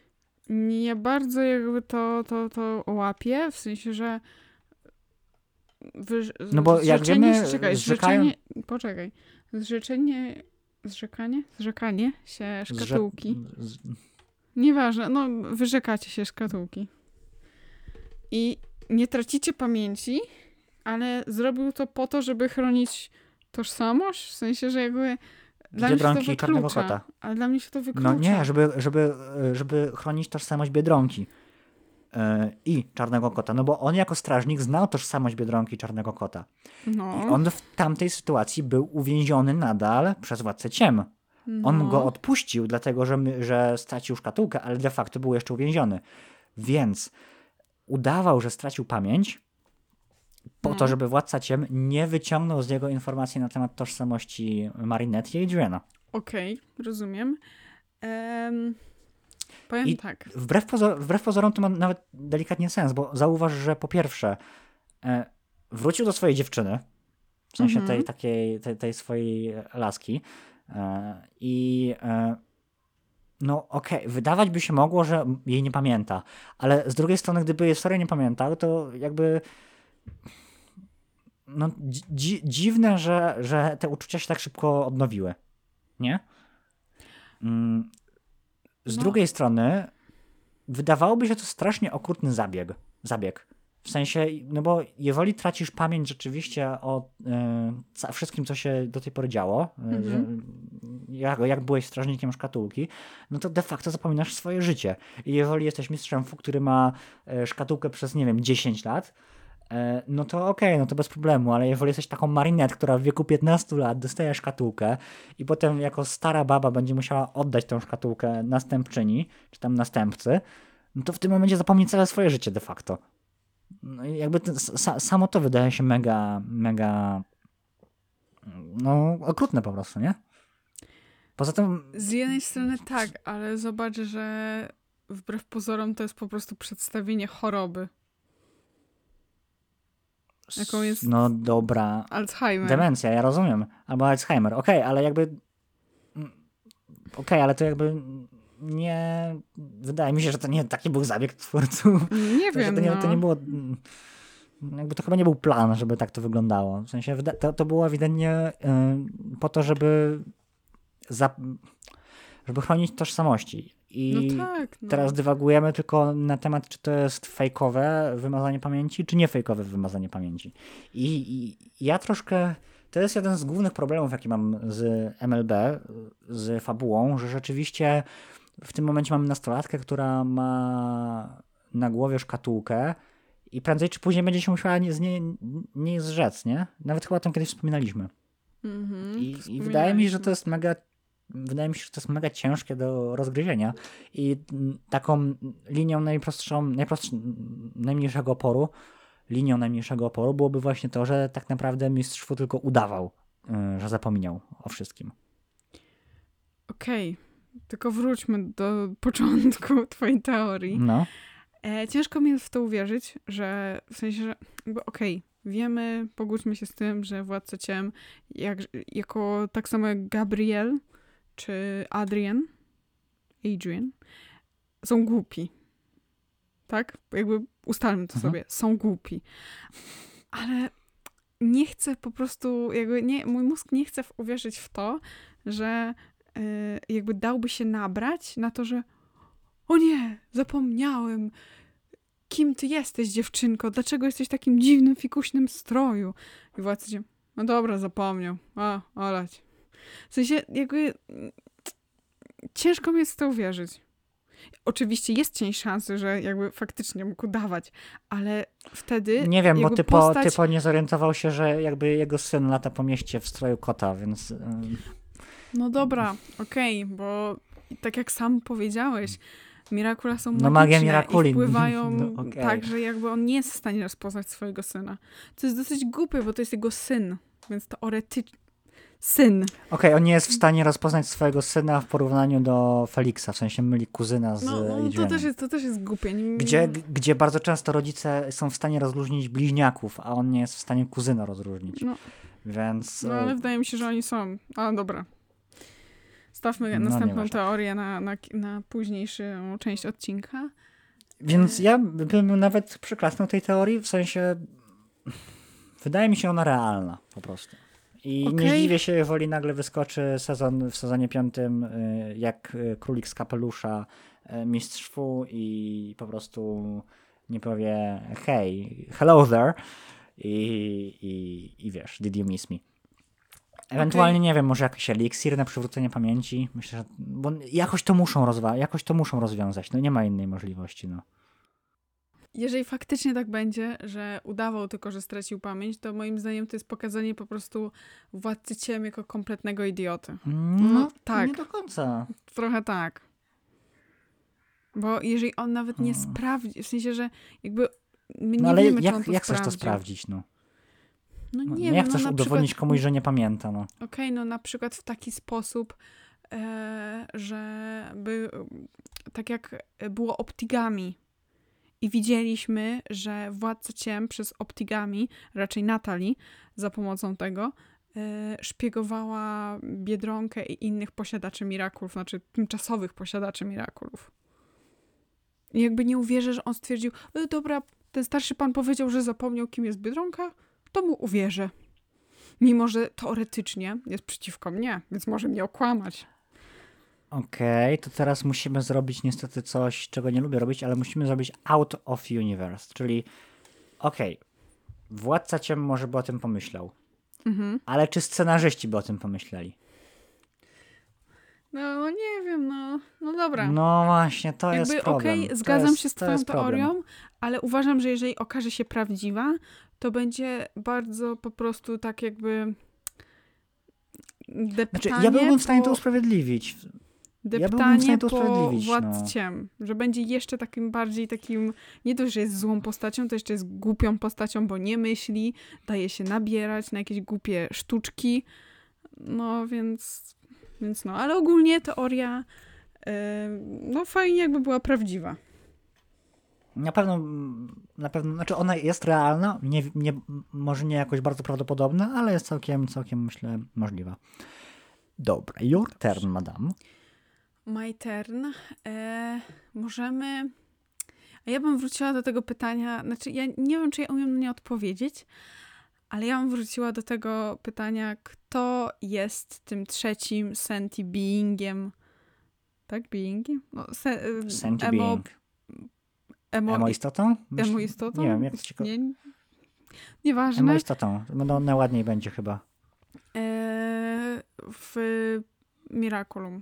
Nie bardzo jakby to, to, to łapię, w sensie, że Wyż... No bo jak zrzeczenie, wiemy, czekaj, zrzekają... zrzeczenie, poczekaj, zrzeczenie, zrzekanie, zrzekanie się szkatułki. Zrze... Z... Nieważne, no wyrzekacie się szkatułki. I nie tracicie pamięci, ale zrobił to po to, żeby chronić tożsamość, w sensie, że jakby dla Biedronki mnie się i to czarnego wyklucza, kota. ale dla mnie się to wyklucza. No nie, żeby, żeby, żeby chronić tożsamość Biedronki yy, i czarnego kota, no bo on jako strażnik znał tożsamość Biedronki i czarnego kota. No. I on w tamtej sytuacji był uwięziony nadal przez władcę ciem. On no. go odpuścił, dlatego że, my, że stracił szkatułkę, ale de facto był jeszcze uwięziony. Więc udawał, że stracił pamięć po no. to, żeby władca ciem nie wyciągnął z niego informacji na temat tożsamości Marinette i Adriana. Okej, okay, rozumiem. Um, powiem I tak. Wbrew, pozor, wbrew pozorom to ma nawet delikatnie sens, bo zauważ, że po pierwsze e, wrócił do swojej dziewczyny, w sensie mhm. tej takiej, tej, tej swojej laski e, i e, no okej, okay, wydawać by się mogło, że jej nie pamięta, ale z drugiej strony, gdyby jej historię nie pamiętał, to jakby no dzi- dziwne, że, że te uczucia się tak szybko odnowiły, nie? Mm, z no. drugiej strony wydawałoby się to strasznie okrutny zabieg, zabieg. W sensie, no bo jeżeli tracisz pamięć rzeczywiście o y, wszystkim, co się do tej pory działo, mm-hmm. y, jak, jak byłeś strażnikiem szkatułki, no to de facto zapominasz swoje życie. I jeżeli jesteś mistrzem Fu, który ma y, szkatułkę przez, nie wiem, dziesięć lat, y, no to okej, okay, no to bez problemu, ale jeżeli jesteś taką Marinette, która w wieku piętnastu lat dostaje szkatułkę i potem jako stara baba będzie musiała oddać tą szkatułkę następczyni, czy tam następcy, no to w tym momencie zapomni całe swoje życie de facto. No i jakby to, sa, samo to wydaje się mega, mega no okrutne po prostu, nie? Poza tym... Z jednej strony tak, ale zobacz, że wbrew pozorom to jest po prostu przedstawienie choroby. Jaką jest no dobra. Alzheimer. Demencja, ja rozumiem. Albo Alzheimer. Okej, okay, ale jakby okej, okay, ale to jakby nie... Wydaje mi się, że to nie taki był zabieg twórców. Nie wiem, to nie, no. to nie było... Jakby to chyba nie był plan, żeby tak to wyglądało. W sensie to, to było ewidentnie y, po to, żeby za, żeby chronić tożsamości. I no tak, no. teraz dywagujemy tylko na temat, czy to jest fejkowe wymazanie pamięci, czy nie fejkowe wymazanie pamięci. I, I ja troszkę... To jest jeden z głównych problemów, jaki mam z M L B, z fabułą, że rzeczywiście w tym momencie mamy nastolatkę, która ma na głowie szkatułkę i prędzej czy później będzie się musiała nie, z niej nie zrzec, nie? Nawet chyba o tym kiedyś wspominaliśmy. Mm-hmm, I, I wydaje mi się, że to jest mega wydaje mi się, że to jest mega ciężkie do rozgryzienia i taką linią najprostszą, najprostszą najmniejszego oporu, linią najmniejszego oporu byłoby właśnie to, że tak naprawdę mistrz Fu tylko udawał, yy, że zapominał o wszystkim. Okej, okay. Tylko wróćmy do początku twojej teorii. No. E, ciężko mi jest w to uwierzyć, że w sensie, że jakby okej, okay, wiemy, pogódźmy się z tym, że Władca Ciem jak, jako tak samo jak Gabriel czy Adrian, Adrian, są głupi. Tak? Jakby ustalmy to mhm. sobie. Są głupi. Ale nie chcę po prostu, jakby nie, mój mózg nie chce uwierzyć w to, że yy, jakby dałby się nabrać na to, że o nie, zapomniałem, kim ty jesteś, dziewczynko, dlaczego jesteś w takim dziwnym, fikuśnym stroju? I Władca Ciem, no dobra, zapomniał, a, olać. W sensie, jakby ciężko mi jest w to uwierzyć. Oczywiście jest cień szansy, że jakby faktycznie mógł dawać, ale wtedy... Nie wiem, bo typo, postać... typo nie zorientował się, że jakby jego syn lata po mieście w stroju kota, więc... No dobra, okej, okay, bo tak jak sam powiedziałeś, Mirakula są magiczne no magia Mirakuli. I wpływają no, okay. tak, że jakby on nie jest w stanie rozpoznać swojego syna. To jest dosyć głupie, bo to jest jego syn, więc teoretycznie syn. Okej, okay, on nie jest w stanie rozpoznać swojego syna w porównaniu do Feliksa, w sensie myli kuzyna z No, no to, też jest, to też jest głupie. Nie... Gdzie, gdzie bardzo często rodzice są w stanie rozróżnić bliźniaków, a on nie jest w stanie kuzyna rozróżnić. No. Więc... No ale wydaje mi się, że oni są. A dobra. Stawmy no, następną teorię na, na, na późniejszą część odcinka. Więc ja bym nawet przyklasnął tej teorii, w sensie Wydaje mi się ona realna po prostu. I okay. nie zdziwię się, jeżeli nagle wyskoczy sezon w sezonie piątym jak Królik z kapelusza, Mistrz Fu i po prostu nie powie hej, hello there i, i, i wiesz, did you miss me? Ewentualnie, okay. nie wiem, może jakiś eliksir na przywrócenie pamięci. Myślę, że bo jakoś to muszą rozwa- jakoś to muszą rozwiązać. No nie ma innej możliwości, no. Jeżeli faktycznie tak będzie, że udawał tylko, że stracił pamięć, to moim zdaniem to jest pokazanie po prostu Władcy Ciem jako kompletnego idioty. No, no tak. Nie do końca. Trochę tak. Bo jeżeli on nawet nie hmm. sprawdzi, w sensie, że jakby my nie no, ale wiemy, jak, czy on to jak sprawdził. chcesz to sprawdzić, no? No nie, no, wiem, jak chcesz no, udowodnić przykład, komuś, że nie pamięta, no. Okej, okay, no na przykład w taki sposób, e, że by, tak jak było Optigami i widzieliśmy, że Władca Ciem przez Optigami, raczej Natalie, za pomocą tego, e, szpiegowała Biedronkę i innych posiadaczy Mirakulów, znaczy tymczasowych posiadaczy Mirakulów. I jakby nie uwierzę, że on stwierdził, e, dobra, ten starszy pan powiedział, że zapomniał, kim jest Biedronka, to mu uwierzę. Mimo, że teoretycznie jest przeciwko mnie, więc może mnie okłamać. Okej, okay, to teraz musimy zrobić niestety coś, czego nie lubię robić, ale musimy zrobić out of universe, czyli okej, okay, Władca Ciem może by o tym pomyślał, mhm. ale czy scenarzyści by o tym pomyśleli? No, no nie wiem, no, no dobra. No właśnie, to jakby, jest problem. Okej, okay, zgadzam jest, się z twoją teorią, problem. Ale uważam, że jeżeli okaże się prawdziwa, to będzie bardzo po prostu tak jakby deptanie znaczy, ja byłbym po... w stanie to usprawiedliwić. Deptanie ja to po Władciem, no. że będzie jeszcze takim bardziej takim, nie dość, że jest złą postacią, to jeszcze jest głupią postacią, bo nie myśli, daje się nabierać na jakieś głupie sztuczki, no więc, więc no, ale ogólnie teoria yy, no fajnie jakby była prawdziwa. Na pewno, na pewno, znaczy ona jest realna, nie, nie, może nie jakoś bardzo prawdopodobna, ale jest całkiem, całkiem myślę możliwa. Dobra, your turn, madam. My turn. E, możemy... A ja bym wróciła do tego pytania, znaczy ja nie wiem, czy ja umiem na nie odpowiedzieć, ale ja bym wróciła do tego pytania, kto jest tym trzecim senti beingiem. Tak? Beingiem? No, se, senti emo, being. Emo, emo istotą? Myśl... Emo istotą? Nie wiem, jak to ci... Nie, nieważne. Emo istotą. No, najładniej będzie chyba. E, w Miraculum.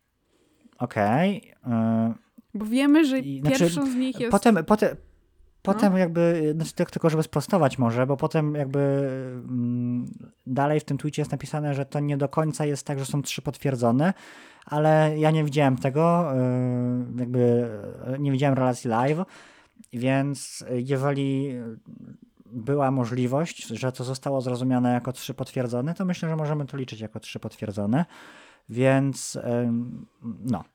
Okej. Okay. Bo wiemy, że I, pierwszą znaczy, z nich jest... Potem, potem, potem no. jakby, znaczy tylko żeby sprostować może, bo potem jakby mm, dalej w tym tweetie jest napisane, że to nie do końca jest tak, że są trzy potwierdzone, ale ja nie widziałem tego, yy, jakby nie widziałem relacji live, więc jeżeli była możliwość, że to zostało zrozumiane jako trzy potwierdzone, to myślę, że możemy to liczyć jako trzy potwierdzone, więc yy, no.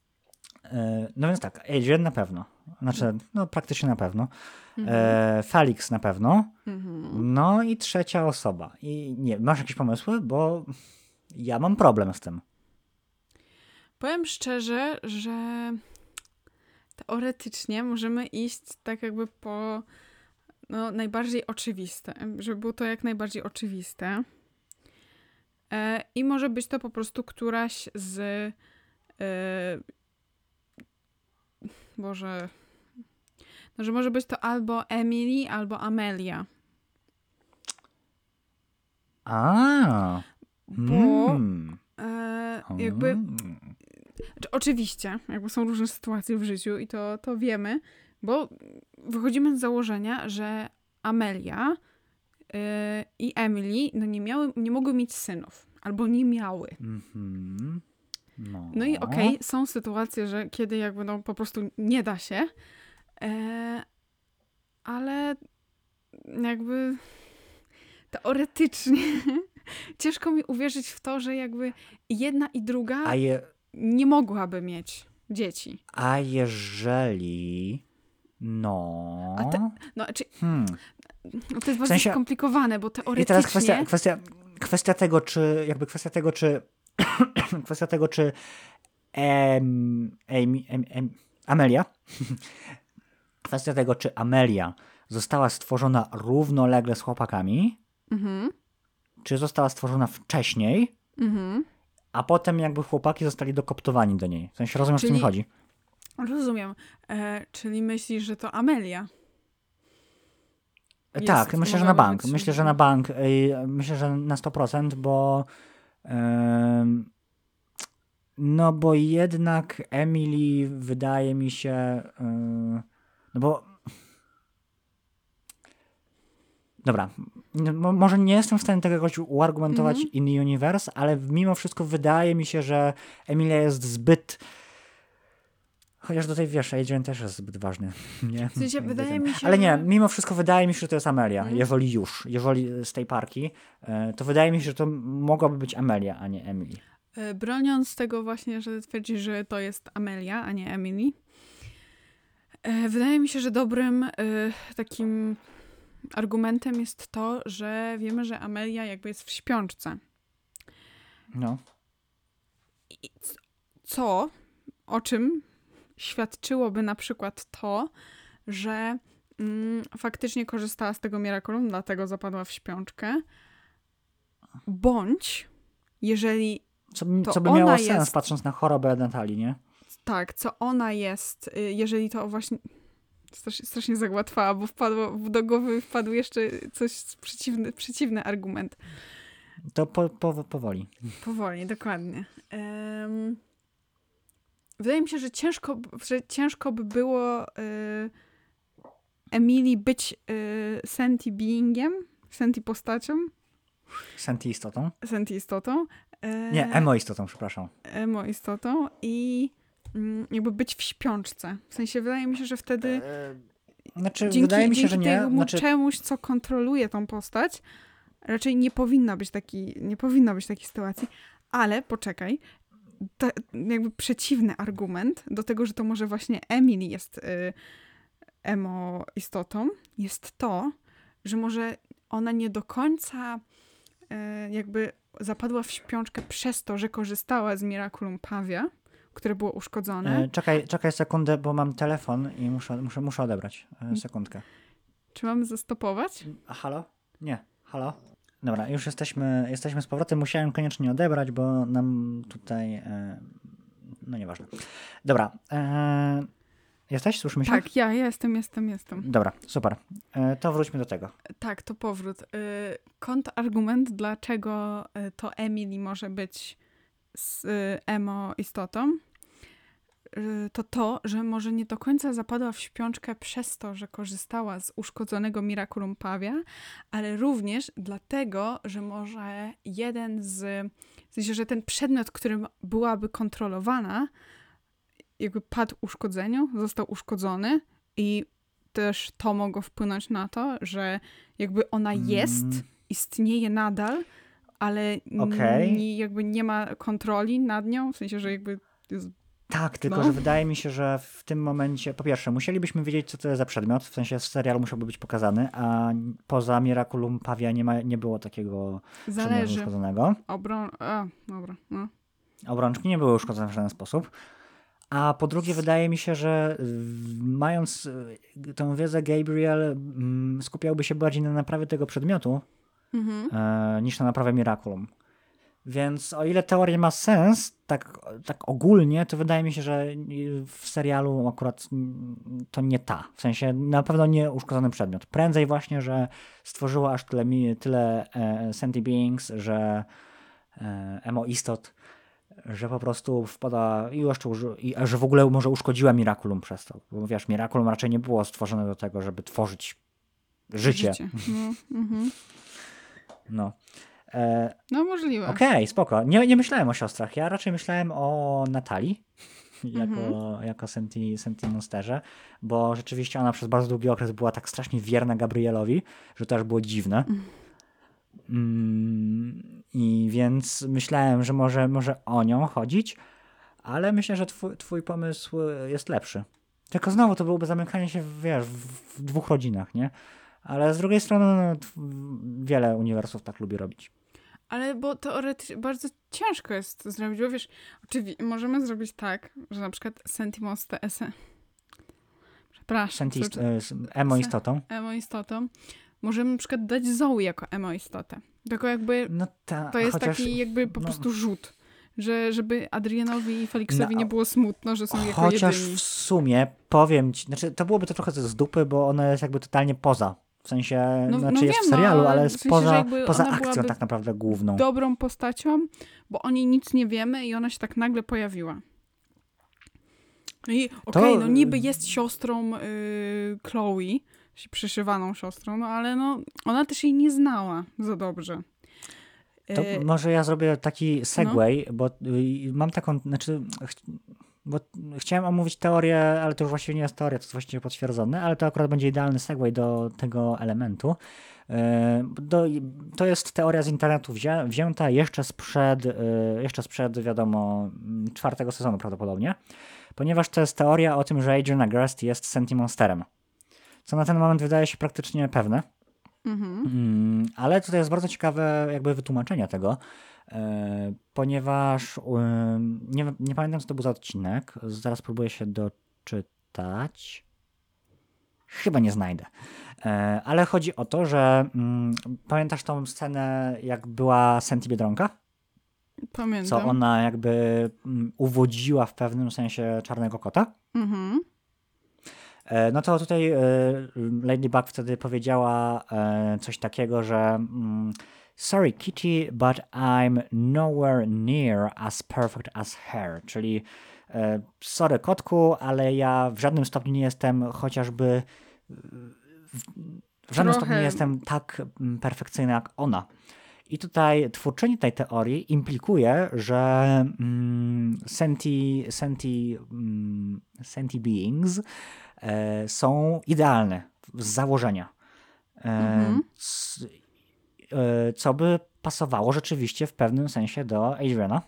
No więc tak, Adrian na pewno. Znaczy, no praktycznie na pewno. Mhm. E, Felix na pewno. Mhm. No i trzecia osoba. I nie, masz jakieś pomysły? Bo ja mam problem z tym. Powiem szczerze, że teoretycznie możemy iść tak jakby po no, najbardziej oczywiste. Żeby było to jak najbardziej oczywiste. E, I może być to po prostu któraś z e, Boże. No, że może być to albo Emily, albo Amelia. A. Bo mm. e, jakby mm. znaczy, oczywiście, jakby są różne sytuacje w życiu i to, to wiemy, bo wychodzimy z założenia, że Amelia e, i Emily no nie miały, nie mogły mieć synów. Albo nie miały. Mm-hmm. No. No i okej, okay, są sytuacje, że kiedy jakby no po prostu nie da się, e, ale jakby teoretycznie ciężko mi uwierzyć w to, że jakby jedna i druga je... nie mogłaby mieć dzieci. A jeżeli no... A te, no czy, hmm. no to jest bardzo w sensie... skomplikowane, bo teoretycznie... I teraz kwestia, kwestia, kwestia tego, czy jakby kwestia tego, czy kwestia tego, czy em, em, em, em, Amelia kwestia tego, czy Amelia została stworzona równolegle z chłopakami, Mhm. czy została stworzona wcześniej, Mhm. a potem jakby chłopaki zostali dokoptowani do niej. W sensie rozumiesz, Czyli- o co mi chodzi. Rozumiem. E, czyli myślisz, że to Amelia? Jest- Tak, myślę, że na mogłaby bank. być- Myślę, że na bank. Ej, Myślę, że na sto procent, bo em, no bo jednak Emily wydaje mi się em, no bo dobra, no, mo- może nie jestem w stanie tego jakoś uargumentować Mhm. in universe, ale mimo wszystko wydaje mi się, że Emilia jest zbyt chociaż tutaj wiesz, Adrian też jest zbyt ważny. Nie? W sensie, wydaje mi się, Ale nie, że- mimo wszystko wydaje mi się, że to jest Amelia. Mhm. Jeżeli już, jeżeli z tej parki, e, to wydaje mi się, że to mogłaby być Amelia, a nie Emily. E, broniąc tego właśnie, że twierdzisz, że to jest Amelia, a nie Emily, e, wydaje mi się, że dobrym e, takim argumentem jest to, że wiemy, że Amelia jakby jest w śpiączce. No. I c- co, o czym świadczyłoby na przykład to, że mm, faktycznie korzystała z tego Miraculum, dlatego zapadła w śpiączkę. Bądź, jeżeli Co, To co by ona miało jest- sens, patrząc na chorobę Natalii, nie? tak, co ona jest, y, jeżeli to właśnie strasznie, strasznie zagłatwała, bo wpadło, do głowy wpadł jeszcze coś przeciwny, przeciwny argument. To po, po, powoli. Powoli, dokładnie. Em, wydaje mi się, że ciężko, że ciężko by było y, Emily być y, senti beingiem, senti postacią, Senti istotą? senti istotą. e, Nie, emo istotą, przepraszam. emo istotą i mm, jakby być w śpiączce. W sensie wydaje mi się, że wtedy Znaczy, dzięki, wydaje mi się, dzięki że nie. temu Znaczy, czemuś, co kontroluje tą postać, raczej nie powinno być taki, nie powinno być takiej sytuacji, ale poczekaj, ta, jakby przeciwny argument do tego, że to może właśnie Emily jest y, emo istotą, jest to, że może ona nie do końca y, jakby zapadła w śpiączkę przez to, że korzystała z Miraculum Pavia, które było uszkodzone. e, czekaj, czekaj sekundę, bo mam telefon i muszę, muszę, muszę odebrać. E, sekundkę. Czy mamy zastopować? A halo? Nie, halo? Dobra, już jesteśmy, jesteśmy z powrotem. Musiałem koniecznie odebrać, bo nam tutaj... E, no nieważne. Dobra. E, jesteś? Słyszymy się? Tak, ja jestem, jestem, jestem. Dobra, super. E, to wróćmy do tego. Tak, to powrót. Y, kontrargument, dlaczego y, to Emily może być z y, emo istotą, y, to to, że może nie do końca zapadła w śpiączkę przez to, że korzystała z uszkodzonego Miraculum Pavia, ale również dlatego, że może jeden z... W sensie, że ten przedmiot, którym byłaby kontrolowana, jakby padł uszkodzeniu, został uszkodzony i też to mogło wpłynąć na to, że jakby ona jest, Mm. istnieje nadal, ale Okej. nie, jakby nie ma kontroli nad nią, w sensie, że jakby jest, Tak, tylko No. że wydaje mi się, że w tym momencie, po pierwsze, musielibyśmy wiedzieć, co to jest za przedmiot, w sensie w serialu musiałby być pokazany, a poza Miraculum Pavia nie, ma, nie było takiego przedmiotu zależy. uszkodzonego. Obrą... A, dobra, no. Obrączki nie były uszkodzone w żaden sposób. A po drugie, wydaje mi się, że y, mając y, tę wiedzę, Gabriel mm, skupiałby się bardziej na naprawie tego przedmiotu Mhm. e, niż na naprawę Miraculum. Więc o ile teoria ma sens, tak, tak ogólnie, to wydaje mi się, że w serialu akurat mm, to nie ta. W sensie na pewno nie uszkodzony przedmiot. Prędzej właśnie, że stworzyła aż tyle, mi- tyle e, sentient beings, że e, emo istot, że po prostu wpada i jeszcze uży- i, a że w ogóle może uszkodziła Miraculum przez to. Bo wiesz, Miraculum raczej nie było stworzone do tego, żeby tworzyć życie. No, mhm. No. E, No możliwe. Okej, spoko. Nie, nie myślałem o siostrach. Ja raczej myślałem o Natalii jako, Mhm. jako Senti, Senti Monsterze, bo rzeczywiście ona przez bardzo długi okres była tak strasznie wierna Gabrielowi, że to aż było dziwne. Mm, I więc myślałem, że może, może o nią chodzić, ale myślę, że twój, twój pomysł jest lepszy. Tylko znowu to byłoby zamykanie się w, wiesz, w, w dwóch rodzinach, nie? Ale z drugiej strony no, tw- wiele uniwersów tak lubi robić. Ale bo teoretycznie bardzo ciężko jest zrobić, bo wiesz, oczywiście możemy zrobić tak, że na przykład Senti Monster, se, przepraszam. Senti, co- emo istotą. Emo istotą. Możemy na przykład dać Zoe jako emo istotę. Tylko jakby No ta, to jest chociaż, taki jakby po no, prostu rzut. Że żeby Adrianowi i Felixowi No, nie było smutno, że są jako Chociaż jedyni. w sumie powiem ci, znaczy to byłoby to trochę z dupy, bo ona jest jakby totalnie poza. W sensie, No- znaczy no jest w wiem, no, serialu, ale ale w jest sensie, poza, że jakby poza ona akcją byłaby tak naprawdę główną. Dobrą postacią, bo o niej nic nie wiemy i ona się tak nagle pojawiła. No i okej, no niby jest siostrą yy, Chloe, przyszywaną siostrą, no ale no ona też jej nie znała za dobrze. To Yy, może ja zrobię taki segway, bo y, mam taką, znaczy, ch- bo chciałem omówić teorię, ale to już właściwie nie jest teoria, to jest właściwie potwierdzone, ale to akurat będzie idealny segway do tego elementu. Y, Do, to jest teoria z internetu wzię, wzięta jeszcze sprzed, y, jeszcze sprzed, wiadomo, mm, czwartego sezonu prawdopodobnie, ponieważ to jest teoria o tym, że Adrian Agrest jest Sentimonsterem, co na ten moment wydaje się praktycznie pewne. mhm. Mm, ale tutaj jest bardzo ciekawe jakby wytłumaczenie tego, e, ponieważ e, nie, nie pamiętam, co to był za odcinek. Zaraz próbuję się doczytać. Chyba nie znajdę. E, ale chodzi o to, że mm, pamiętasz tą scenę, jak była Senti Biedronka? Pamiętam. Co ona jakby mm, uwodziła w pewnym sensie czarnego kota? Mhm. E, No to tutaj e, Lady Bug wtedy powiedziała e, coś takiego, że mm, sorry Kitty, but I'm nowhere near as perfect as her, czyli e, sorry kotku, ale ja w żadnym stopniu nie jestem chociażby w, w żadnym Trochę. stopniu nie jestem tak mm, perfekcyjna jak ona. I tutaj twórczyni tej teorii implikuje, że mm, senti, senti, mm, senti beings e, są idealne z założenia. E, Mhm. c, e, co by pasowało rzeczywiście w pewnym sensie do Adriana,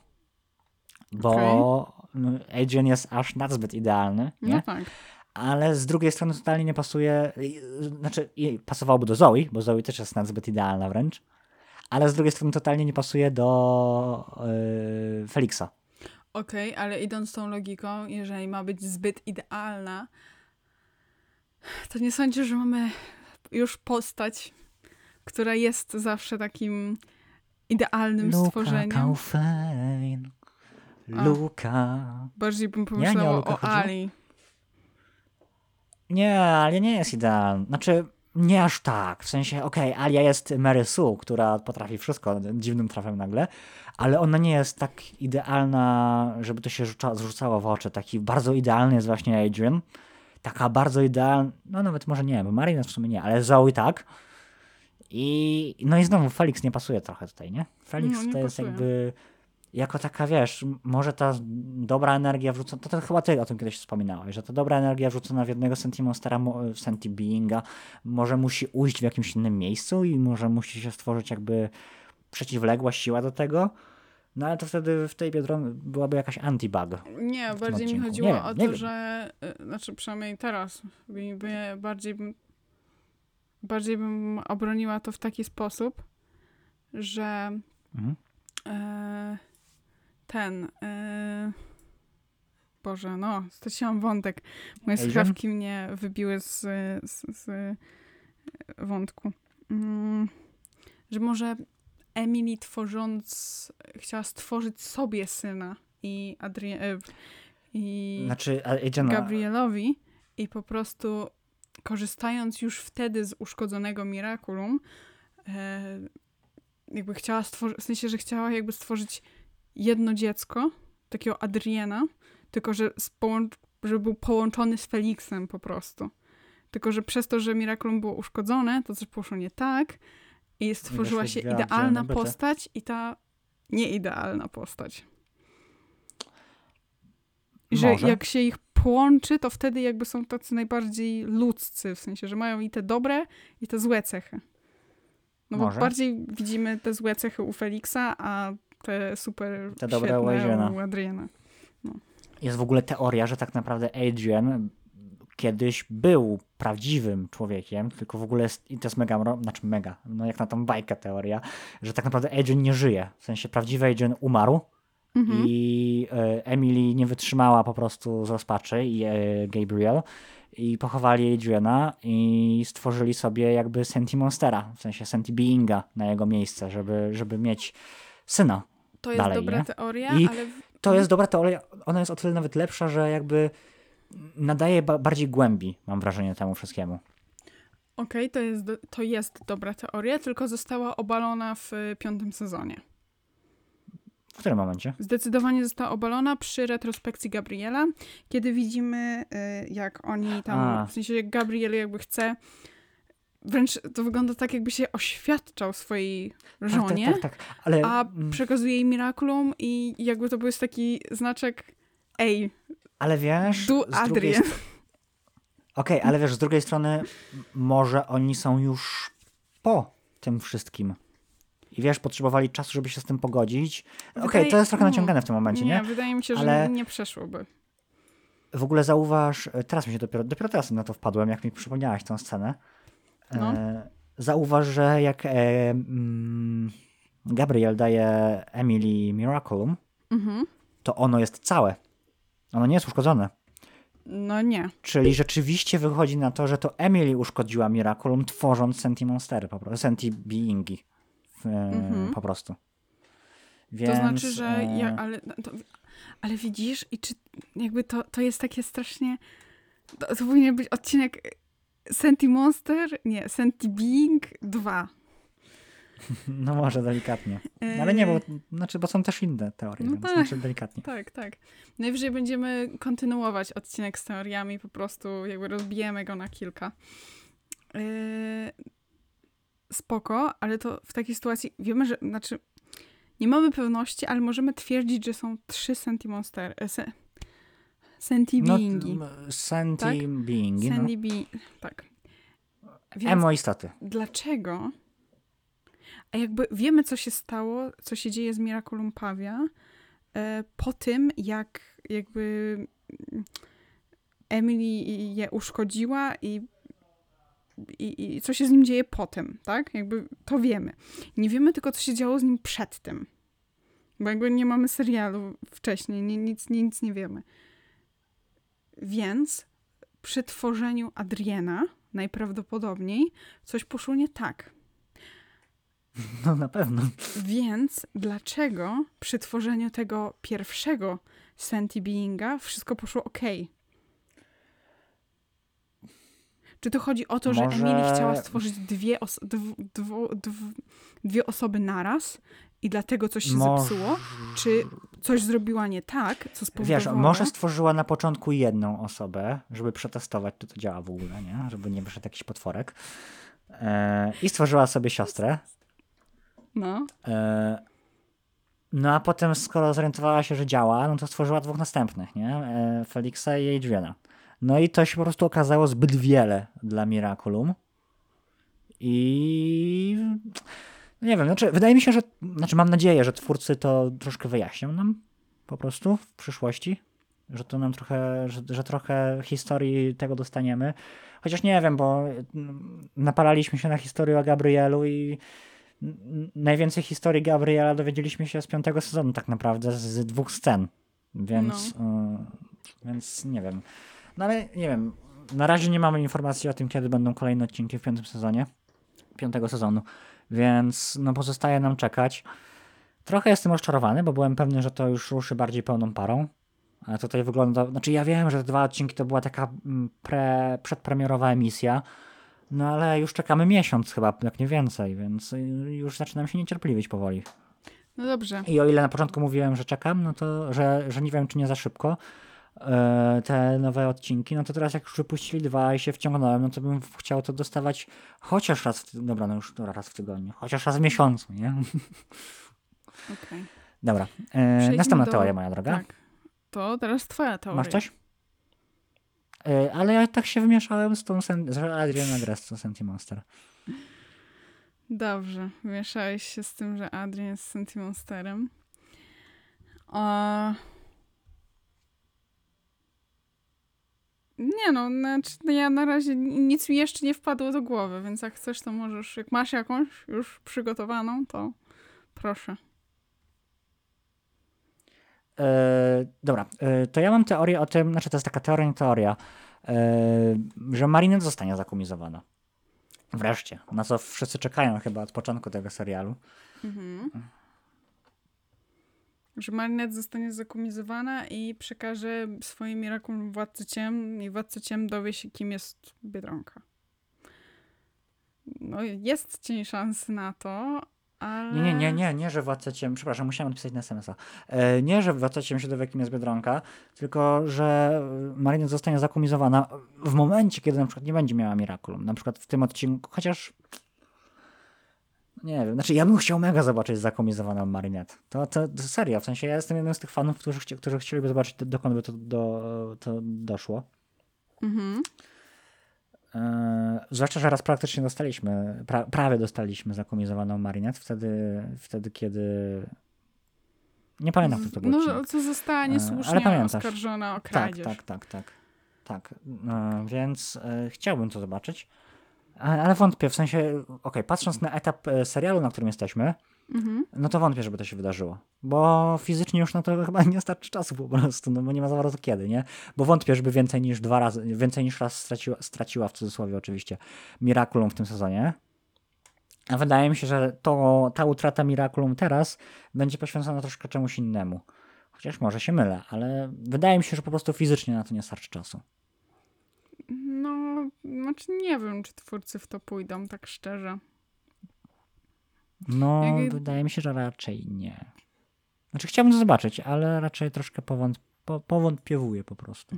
bo no, Adrian jest aż nazbyt idealny, nie? No tak. Ale z drugiej strony totalnie nie pasuje, i- znaczy i pasowałoby do Zoe, bo Zoe też jest nazbyt idealna wręcz, ale z drugiej strony totalnie nie pasuje do yy, Felixa. Okej, ale idąc tą logiką, jeżeli ma być zbyt idealna, to nie sądzisz, że mamy już postać, która jest zawsze takim idealnym Luka stworzeniem? Kaufein. A. Luka. Bardziej bym Nie, pomyślała nie o o, Luka chodziło? Ali. Nie, ale nie jest idealna. Znaczy, nie aż tak. W sensie, okej, Alia jest Mary Sue, która potrafi wszystko dziwnym trafem nagle, ale ona nie jest tak idealna, żeby to się rzuca, zrzucało w oczy. Taki bardzo idealny jest właśnie Adrian. Taka bardzo idealna, no nawet może nie, bo Marina w sumie nie, ale Zoe tak. I no i znowu Felix nie pasuje trochę tutaj, nie? Felix No, nie to jest pasuje. jakby jako taka, wiesz, m- może ta dobra energia wrzucona, to, to chyba ty o tym kiedyś wspominałaś, że ta dobra energia wrzucona w jednego Sentimonstera, mo- Senti Beinga, może musi ujść w jakimś innym miejscu i może musi się stworzyć jakby przeciwległa siła do tego, no ale to wtedy w tej Biedronce byłaby jakaś antibug. Nie, w tym bardziej mi odcinku. chodziło Nie wiem, o nie to, wiem. że y, znaczy przynajmniej teraz by, by bardziej bym bardziej bym obroniła to w taki sposób, że Mhm. e, ten e, Boże, no, straciłam wątek. Moje Asian? słuchawki mnie wybiły z, z, z wątku. Mm, że może Emily tworząc, chciała stworzyć sobie syna i, Adri- e, i Znaczy, a- Adriana, Gabrielowi i po prostu korzystając już wtedy z uszkodzonego Miraculum, e, jakby chciała stworzyć, w sensie, że chciała jakby stworzyć jedno dziecko, takiego Adriana, tylko że z połącz- żeby był połączony z Felixem po prostu. Tylko że przez to, że Miraculum było uszkodzone, to coś poszło nie tak i stworzyła wyszły się dwie idealna oddzielne byty. postać i ta nieidealna postać. I że Może. jak się ich połączy, to wtedy jakby są tacy najbardziej ludzcy, w sensie, że mają i te dobre, i te złe cechy. No bo Może. bardziej widzimy te złe cechy u Felixa, a te super Te dobre u świetne Adriana. u Adriana. Jest w ogóle teoria, że tak naprawdę Adrian kiedyś był prawdziwym człowiekiem, tylko w ogóle jest, i to jest mega, mro- znaczy mega, no jak na tą bajkę teoria, że tak naprawdę Adrian nie żyje. W sensie prawdziwy Adrian umarł, Mhm. i e, Emily nie wytrzymała po prostu z rozpaczy i e, Gabriel i pochowali Adriana i stworzyli sobie jakby Senti Monstera, w sensie Senti Beinga na jego miejsce, żeby, żeby mieć syna. To jest dalej, dobra nie? teoria, I ale... w- To jest dobra teoria, ona jest o tyle nawet lepsza, że jakby nadaje ba- bardziej głębi, mam wrażenie, temu wszystkiemu. Okej, to, jest do, to jest dobra teoria, tylko została obalona w y, piątym sezonie. W którym momencie? Zdecydowanie została obalona przy retrospekcji Gabriela, kiedy widzimy, y, jak oni tam, A. w sensie jak Gabriel jakby chce, wręcz to wygląda tak, jakby się oświadczał swojej żonie, Tak, tak, tak, tak. Ale a mm, przekazuje jej Miraculum i jakby to był jest taki znaczek, ej, ale wiesz, du z drugiej Adrian. strony. Okej, ale wiesz, z drugiej strony m- może oni są już po tym wszystkim. I wiesz, potrzebowali czasu, żeby się z tym pogodzić. Okej, Wydaje- to jest trochę no, naciągane w tym momencie, nie? wydaje mi się, że Ale- nie przeszłoby. W ogóle zauważ, teraz mi się dopiero, dopiero teraz na to wpadłem, jak mi przypomniałaś tę scenę. No. E, zauważ, że jak e, mm, Gabriel daje Emily Miraculum, Mhm. to ono jest całe. Ono nie jest uszkodzone. No nie. Czyli rzeczywiście wychodzi na to, że to Emily uszkodziła Miraculum, tworząc Senti Monstery, po prostu, Senti Beingi e, Mhm. po prostu. Więc, To znaczy, że e, ja, ale, no to, ale widzisz, i czy jakby to, to jest takie strasznie. To, to powinien być odcinek Senti Monster, nie, Senti Being dwa. No może delikatnie. No, ale nie, bo, znaczy, bo są też inne teorie, No więc tak. znaczy delikatnie. Tak, tak. Najwyżej będziemy kontynuować odcinek z teoriami, po prostu jakby rozbijemy go na kilka. Yy, spoko, ale to w takiej sytuacji wiemy, że, znaczy nie mamy pewności, ale możemy twierdzić, że są trzy Senti Monster, e, se, Senti No, Beingi. m, Senti Tak? Beingi, no. Sandy Being, tak. Więc Emo istoty. dlaczego? A jakby wiemy, co się stało, co się dzieje z Miraculum Pavia e, po tym, jak jakby mm, Emily je uszkodziła i, i, i co się z nim dzieje po tym, tak? Jakby to wiemy. Nie wiemy tylko, co się działo z nim przed tym. Bo jakby nie mamy serialu wcześniej, nie, nic, nic nie wiemy. Więc przy tworzeniu Adriana najprawdopodobniej coś poszło nie tak. No na pewno. Więc dlaczego przy tworzeniu tego pierwszego Senti Beinga wszystko poszło ok? Czy to chodzi o to, że Może- Emily chciała stworzyć dwie, os- dw- dwo- dw- dwie osoby naraz i dlatego coś się Może- zepsuło? Czy coś zrobiła nie tak, co spowodowało... Wiesz, może stworzyła na początku jedną osobę, żeby przetestować, czy to działa w ogóle, nie? Żeby nie wyszedł jakiś potworek. E, I stworzyła sobie siostrę. No, E, no a potem, skoro zorientowała się, że działa, no to stworzyła dwóch następnych, nie? E, Felixa i Adriana. No i to się po prostu okazało zbyt wiele dla Miraculum. I nie wiem, znaczy wydaje mi się, że, znaczy mam nadzieję, że twórcy to troszkę wyjaśnią nam po prostu w przyszłości, że to nam trochę, że, że trochę historii tego dostaniemy. Chociaż nie wiem, bo mm, napalaliśmy się na historię o Gabrielu i n- najwięcej historii Gabriela dowiedzieliśmy się z piątego sezonu tak naprawdę, z, z dwóch scen. Więc, y, więc nie wiem. No ale nie wiem, na razie nie mamy informacji o tym, kiedy będą kolejne odcinki w piątym sezonie, piątego sezonu, więc no pozostaje nam czekać. Trochę jestem rozczarowany, bo byłem pewny, że to już ruszy bardziej pełną parą. A tutaj wygląda, znaczy ja wiem, że te dwa odcinki to była taka mm, pre, przedpremierowa emisja, no ale już czekamy miesiąc chyba, jak nie więcej, więc y, już zaczynam się niecierpliwić powoli. no dobrze. I o ile na początku mówiłem, że czekam, no to, że, że nie wiem, czy nie za szybko e, te nowe odcinki, no to teraz jak już wypuścili dwa i się wciągnąłem, no to bym chciał to dostawać chociaż raz, w ty- dobra, no już dobra, raz w tygodniu, chociaż raz w miesiącu, nie? Okej. Dobra, e, Przejdźmy następna do- teoria, moja droga. Tak. To teraz twoja teoria. Masz coś? E, ale ja tak się wymieszałem z tą, sen- z Adriana Gresto, Senti Monster. Dobrze, mieszałeś się z tym, że Adrian jest Senti Monsterem. O... Nie no, znaczy, no ja na razie nic mi jeszcze nie wpadło do głowy, więc jak chcesz, to możesz, jak masz jakąś już przygotowaną, to proszę. e, dobra, e, to ja mam teorię o tym, znaczy to jest taka teoria, nie teoria, e, że Marinette zostanie zakumizowana. Wreszcie, na co wszyscy czekają chyba od początku tego serialu. Mhm. Że Marinette zostanie zakumizowana i przekaże swoim mirakulom Władcy Ciem i Władca Ciem dowie się, kim jest Biedronka. No jest cień szansy na to, ale... Nie, nie, nie, nie, nie, że Władca Ciem, przepraszam, musiałem odpisać na es em es a. E, nie, że Władca Ciem się dowie, kim jest Biedronka, tylko, że Marinette zostanie zakumizowana w momencie, kiedy na przykład nie będzie miała Miraculum. Na przykład w tym odcinku, chociaż nie wiem, znaczy ja bym chciał mega zobaczyć zakumizowaną Marinette. To, to, to serio, w sensie ja jestem jednym z tych fanów, którzy, chci, którzy chcieliby zobaczyć, dokąd by to, do, to doszło. Mhm. E, zwłaszcza, że raz praktycznie dostaliśmy, pra, prawie dostaliśmy zakumizowaną Marinette, wtedy, wtedy kiedy... Nie pamiętam, kto to był No, odcinek. co została E, niesłusznie ale pamiętasz. oskarżona o Tak, kradzież. tak, tak, tak. tak. E, więc e, chciałbym to zobaczyć. Ale, ale wątpię, w sensie, okej, okay, patrząc na etap e, serialu, na którym jesteśmy, Mhm. no to wątpię, żeby to się wydarzyło. Bo fizycznie już na to chyba nie starczy czasu po prostu, no bo nie ma za bardzo kiedy, nie? Bo wątpię, żeby więcej niż dwa razy, więcej niż raz straciła, straciła w cudzysłowie oczywiście, Miraculum w tym sezonie. A wydaje mi się, że to, ta utrata Miraculum teraz będzie poświęcona troszkę czemuś innemu. Chociaż może się mylę, ale wydaje mi się, że po prostu fizycznie na to nie starczy czasu. No, znaczy nie wiem, czy twórcy w to pójdą, tak szczerze. No, Jak... wydaje mi się, że raczej nie. Znaczy chciałbym to zobaczyć, ale raczej troszkę powąt, po, powątpiewuję po prostu.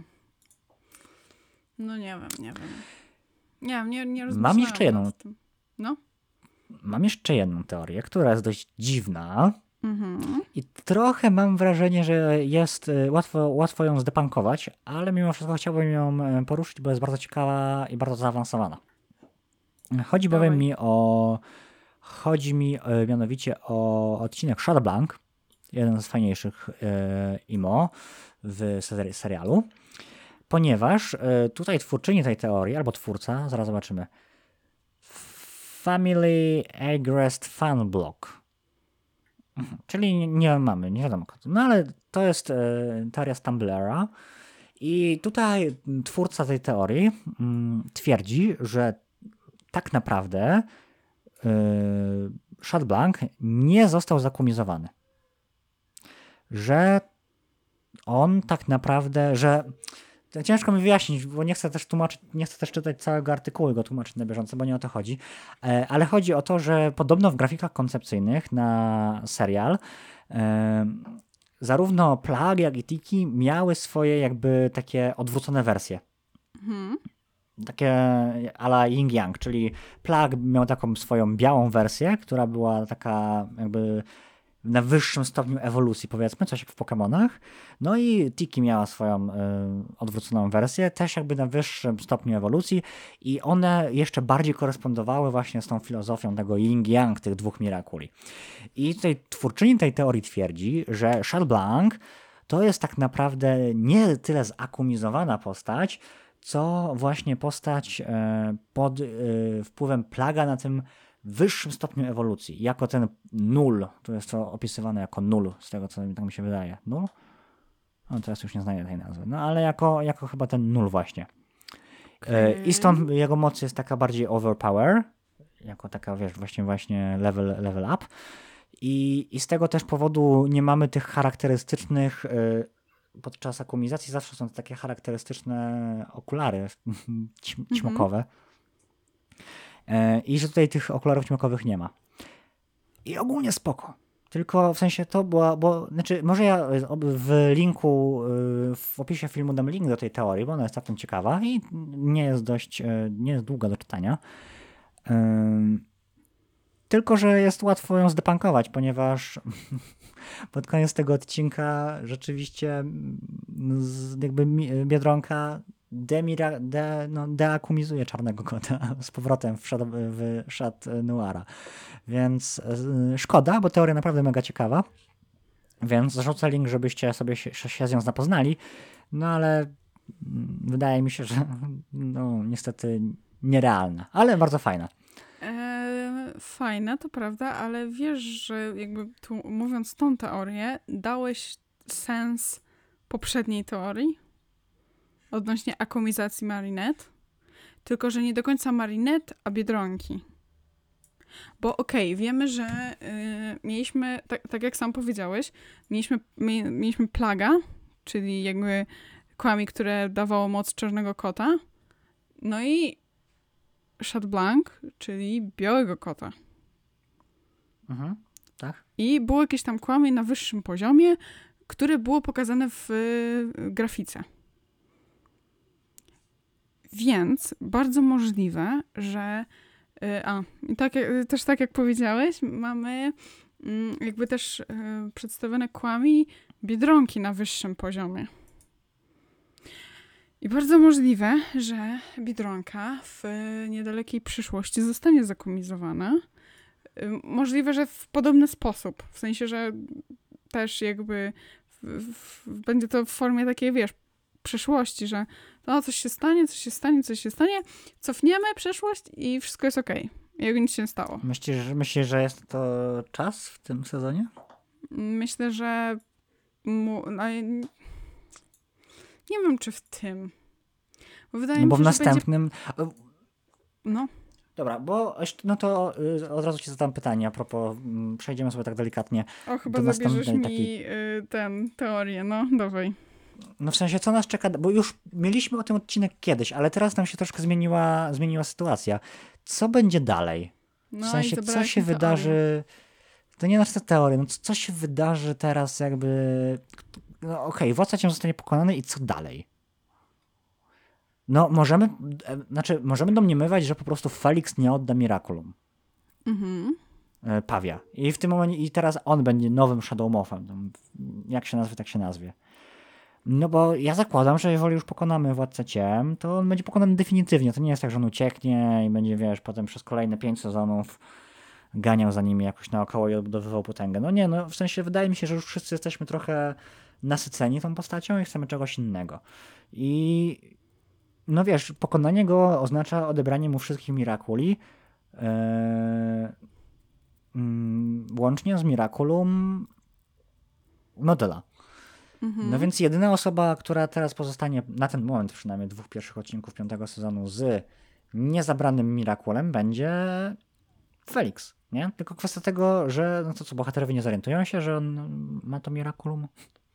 No nie wiem, nie wiem. Nie wiem, nie, nie Mam jeszcze jedną. Tym. No? Mam jeszcze jedną teorię, która jest dość dziwna. Mhm. I trochę mam wrażenie, że jest łatwo, łatwo ją zdepankować, ale mimo wszystko chciałbym ją poruszyć, bo jest bardzo ciekawa i bardzo zaawansowana. Chodzi Dawaj. bowiem mi o... Chodzi mi mianowicie o odcinek Shot Blank, jeden z fajniejszych e, imo w serialu, ponieważ e, tutaj twórczyni tej teorii, albo twórca, zaraz zobaczymy, Family Agrest Fun Block. Czyli nie, nie mamy, nie wiadomo kto. No ale to jest e, teoria z Tumblera i tutaj twórca tej teorii mm, twierdzi, że tak naprawdę e, Shot Blank nie został zakumizowany. Że on tak naprawdę, że ciężko mi wyjaśnić, bo nie chcę też tłumaczyć, nie chcę też czytać całego artykułu i go tłumaczyć na bieżąco, bo nie o to chodzi. Ale chodzi o to, że podobno w grafikach koncepcyjnych na serial e, zarówno Plug, jak i Tiki miały swoje jakby takie odwrócone wersje. Mhm. Takie a la Yin Yang, czyli Plug miał taką swoją białą wersję, która była taka jakby na wyższym stopniu ewolucji, powiedzmy, coś jak w Pokemonach. No i Tiki miała swoją y, odwróconą wersję, też jakby na wyższym stopniu ewolucji i one jeszcze bardziej korespondowały właśnie z tą filozofią tego yin-yang, tych dwóch Miraculi. I tutaj twórczyni tej teorii twierdzi, że Shot Blank to jest tak naprawdę nie tyle zakumizowana postać, co właśnie postać y, pod y, wpływem Plaga na tym wyższym stopniu ewolucji, jako ten nul, to jest to opisywane jako nul, z tego co mi tak mi się wydaje. Nul? No teraz już nie znaję tej nazwy. No ale jako, jako chyba ten nul właśnie. Okay. I stąd jego moc jest taka bardziej overpower, jako taka, wiesz, właśnie właśnie level, level up. I, I z tego też powodu nie mamy tych charakterystycznych yy, podczas akumizacji zawsze są takie charakterystyczne okulary ćmokowe. Mm-hmm. I że tutaj tych okularów ćmokowych nie ma. I ogólnie spoko. Tylko w sensie to była, bo znaczy może ja w linku, w opisie filmu dam link do tej teorii, bo ona jest całkiem ciekawa i nie jest dość, nie jest długa do czytania. Tylko, że jest łatwo ją zdepankować, ponieważ pod koniec tego odcinka rzeczywiście jakby Biedronka demira, de, no, deakumizuje Czarnego Kota z powrotem w Shot, w Shot Noira. Więc y, szkoda, bo teoria naprawdę mega ciekawa. Więc zarzucę link, żebyście sobie się, się z nią zapoznali. No ale wydaje mi się, że no niestety nierealna, ale bardzo fajna. E, fajna, to prawda, ale wiesz, że jakby tu mówiąc tą teorię, dałeś sens poprzedniej teorii odnośnie akumizacji Marinette, tylko że nie do końca Marinette, a Biedronki. Bo okej, okay, wiemy, że yy, mieliśmy, tak, tak jak sam powiedziałeś, mieliśmy, mi, mieliśmy Plaga, czyli jakby kłami, które dawało moc Czarnego Kota, no i Chat Blanc, czyli Białego Kota. Mhm, tak. I było jakieś tam kłamie na wyższym poziomie, które było pokazane w y, grafice. Więc bardzo możliwe, że y, a, i tak, y, też tak jak powiedziałeś, mamy y, jakby też y, przedstawione kłami Biedronki na wyższym poziomie. I bardzo możliwe, że Biedronka w niedalekiej przyszłości zostanie zakumizowana. Możliwe, że w podobny sposób. W sensie, że też jakby w, w, będzie to w formie takiej, wiesz, przyszłości, że no coś się stanie, coś się stanie, coś się stanie, cofniemy przeszłość i wszystko jest okej. Jakby nic się nie stało. Myślisz, myślisz, że jest to czas w tym sezonie? Myślę, że mu, no, nie wiem, czy w tym. Bo wydaje no mi bo się, w następnym... Będzie... No. Dobra, bo no to od razu ci zadam pytanie a propos, przejdziemy sobie tak delikatnie. O, chyba do zabierzesz mi takiej... y, ten, teorię, no, dawaj. No w sensie, co nas czeka, bo już mieliśmy o tym odcinek kiedyś, ale teraz nam się troszkę zmieniła, zmieniła sytuacja. Co będzie dalej? W No sensie, co się wydarzy... To nie nasze teorie, no co, co się wydarzy teraz jakby... No okej, okay, Władca Cień zostanie pokonany i co dalej? No możemy, e, znaczy możemy domniemywać, że po prostu Felix nie odda Miraculum. Mhm. E, Pawia. I w tym momencie, i teraz on będzie nowym Shadow Mophem. Jak się nazwie, tak się nazwie. No bo ja zakładam, że jeżeli już pokonamy Władcę Ciem, to on będzie pokonany definitywnie. To nie jest tak, że on ucieknie i będzie, wiesz, potem przez kolejne pięć sezonów ganiał za nimi jakoś naokoło i odbudowywał potęgę. No nie, no w sensie wydaje mi się, że już wszyscy jesteśmy trochę nasyceni tą postacią i chcemy czegoś innego. I no wiesz, pokonanie go oznacza odebranie mu wszystkich Miraculi, yy, yy, łącznie z Miraculum Modyla. Mhm. No więc jedyna osoba, która teraz pozostanie, na ten moment przynajmniej dwóch pierwszych odcinków piątego sezonu z niezabranym Miraculem będzie Felix, nie? Tylko kwestia tego, że no to co, bohaterowie nie zorientują się, że on ma to Miraculum.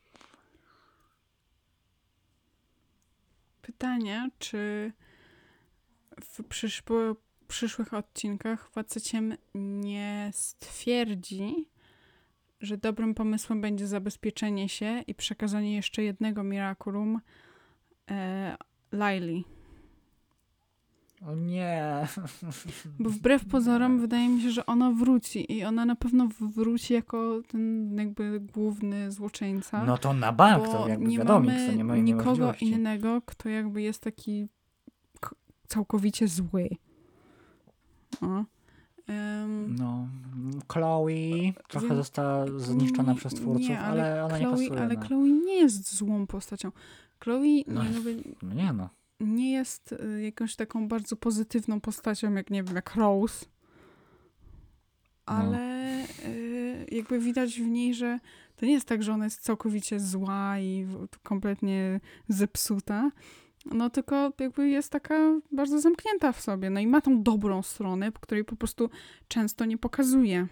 Pytanie, czy w przyszły, przyszłych odcinkach Władca Ciem nie stwierdzi, że dobrym pomysłem będzie zabezpieczenie się i przekazanie jeszcze jednego Miraculum e, Laili. O nie. Bo wbrew pozorom wydaje mi się, że ona wróci i ona na pewno wróci jako ten jakby główny złoczyńca. No to na bank, bo to jakby nie wiadomo, mamy to nie ma nikogo innego, kto jakby jest taki k- całkowicie zły. O. Um, no, Chloe trochę wiem, została zniszczona nie, przez twórców, nie, ale, ale ona Chloe, nie pasuje. Ale no. Chloe nie jest złą postacią. Chloe No, nie, lubię, no nie no. nie jest y, jakąś taką bardzo pozytywną postacią, jak nie wiem, jak Rose. Ale no. y, jakby widać w niej, że to nie jest tak, że ona jest całkowicie zła i w, kompletnie zepsuta. No tylko jakby jest taka bardzo zamknięta w sobie. No i ma tą dobrą stronę, której po prostu często nie pokazuje.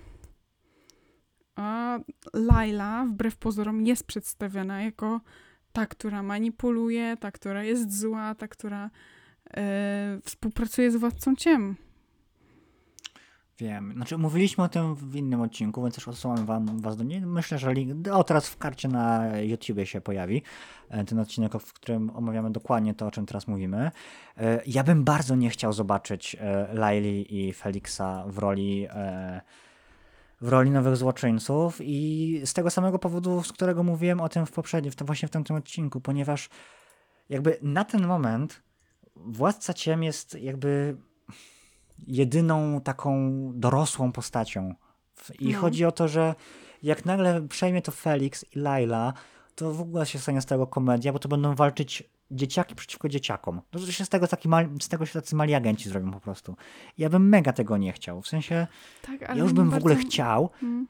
A Layla, wbrew pozorom, jest przedstawiona jako ta, która manipuluje, ta, która jest zła, ta, która e, współpracuje z Władcą Ciem. Wiem. Znaczy mówiliśmy o tym w innym odcinku, więc też odsyłam wam, was do niej. Myślę, że link, o teraz w karcie na YouTubie się pojawi ten odcinek, w którym omawiamy dokładnie to, o czym teraz mówimy. Ja bym bardzo nie chciał zobaczyć Laili i Felixa w roli w roli nowych złoczyńców i z tego samego powodu, z którego mówiłem o tym w poprzednim, w tym, właśnie w tamtym odcinku, ponieważ jakby na ten moment Władca Ciem jest jakby jedyną taką dorosłą postacią. I no. chodzi o to, że jak nagle przejmie to Felix i Layla, to w ogóle się stanie z tego komedia, bo to będą walczyć dzieciaki przeciwko dzieciakom. To się z tego, taki mal, z tego się tacy mali agenci zrobią po prostu. Ja bym mega tego nie chciał. W sensie, tak, ale ja już bym w ogóle chciał, hmm.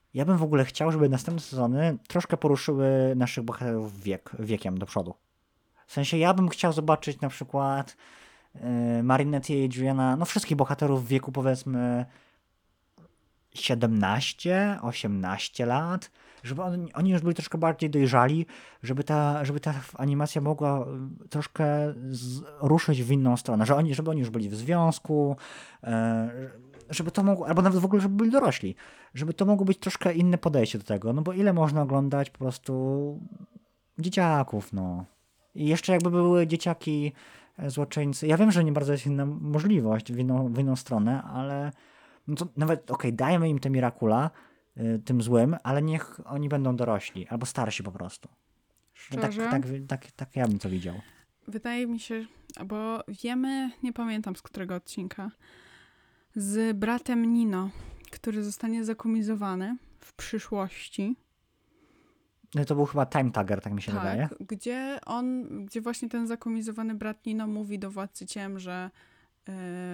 ja bym w ogóle chciał, żeby następne sezony troszkę poruszyły naszych bohaterów wiek, wiekiem do przodu. W sensie ja bym chciał zobaczyć na przykład yy, Marinette i Adriana, no wszystkich bohaterów w wieku powiedzmy siedemnaście, osiemnaście lat, żeby on, oni już byli troszkę bardziej dojrzali, żeby ta, żeby ta animacja mogła troszkę z, ruszyć w inną stronę, że oni, żeby oni już byli w związku, e, żeby to mogło, albo nawet w ogóle, żeby byli dorośli, żeby to mogło być troszkę inne podejście do tego, no bo ile można oglądać po prostu dzieciaków, no. I jeszcze jakby były dzieciaki złoczyńcy, ja wiem, że nie bardzo jest inna możliwość w inną, w inną stronę, ale no to nawet, okej, okay, dajmy im te Miracula, y, tym złym, ale niech oni będą dorośli, albo starsi po prostu. Szczerze? Tak, tak, tak, tak ja bym to widział. Wydaje mi się, bo wiemy, nie pamiętam z którego odcinka, z bratem Nino, który zostanie zakomizowany w przyszłości. No to był chyba Time Tagger, tak mi się tak, wydaje. Gdzie on, gdzie właśnie ten zakomizowany brat Nino mówi do Władcy Ciem, że yy,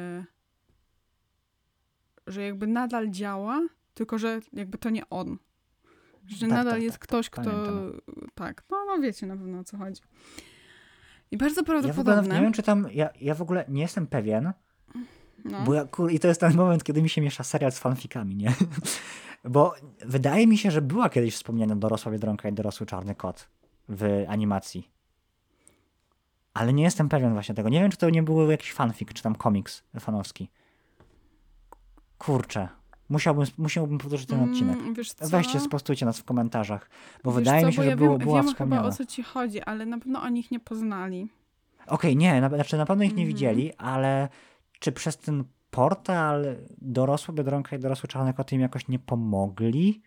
że jakby nadal działa, tylko że jakby to nie on. Że tak, nadal tak, jest tak, ktoś, tak, kto... pamiętam. Tak, no, no wiecie na pewno o co chodzi. I bardzo prawdopodobne... Ja w ogóle, nie wiem, czy tam... Ja, ja w ogóle nie jestem pewien, no. bo ja, kur, i to jest ten moment, kiedy mi się miesza serial z fanfikami, nie? Bo wydaje mi się, że była kiedyś wspomniana dorosła Biedronka i dorosły Czarny Kot w animacji. Ale nie jestem pewien właśnie tego. Nie wiem, czy to nie był jakiś fanfic, czy tam komiks fanowski. Kurczę. Musiałbym, musiałbym powtórzyć ten odcinek. Mm, wiesz co? Weźcie, spostujcie nas w komentarzach. Bo Wiesz wydaje co? mi się, Bo że ja było, wiem, była wiem wspomniana. chyba o co ci chodzi, ale na pewno o nich nie poznali. Okej, okay, nie. Na, znaczy na pewno ich nie Mhm. widzieli, ale czy przez ten portal dorosła Biedronka i dorosły Czarny Kot im jakoś nie pomogli?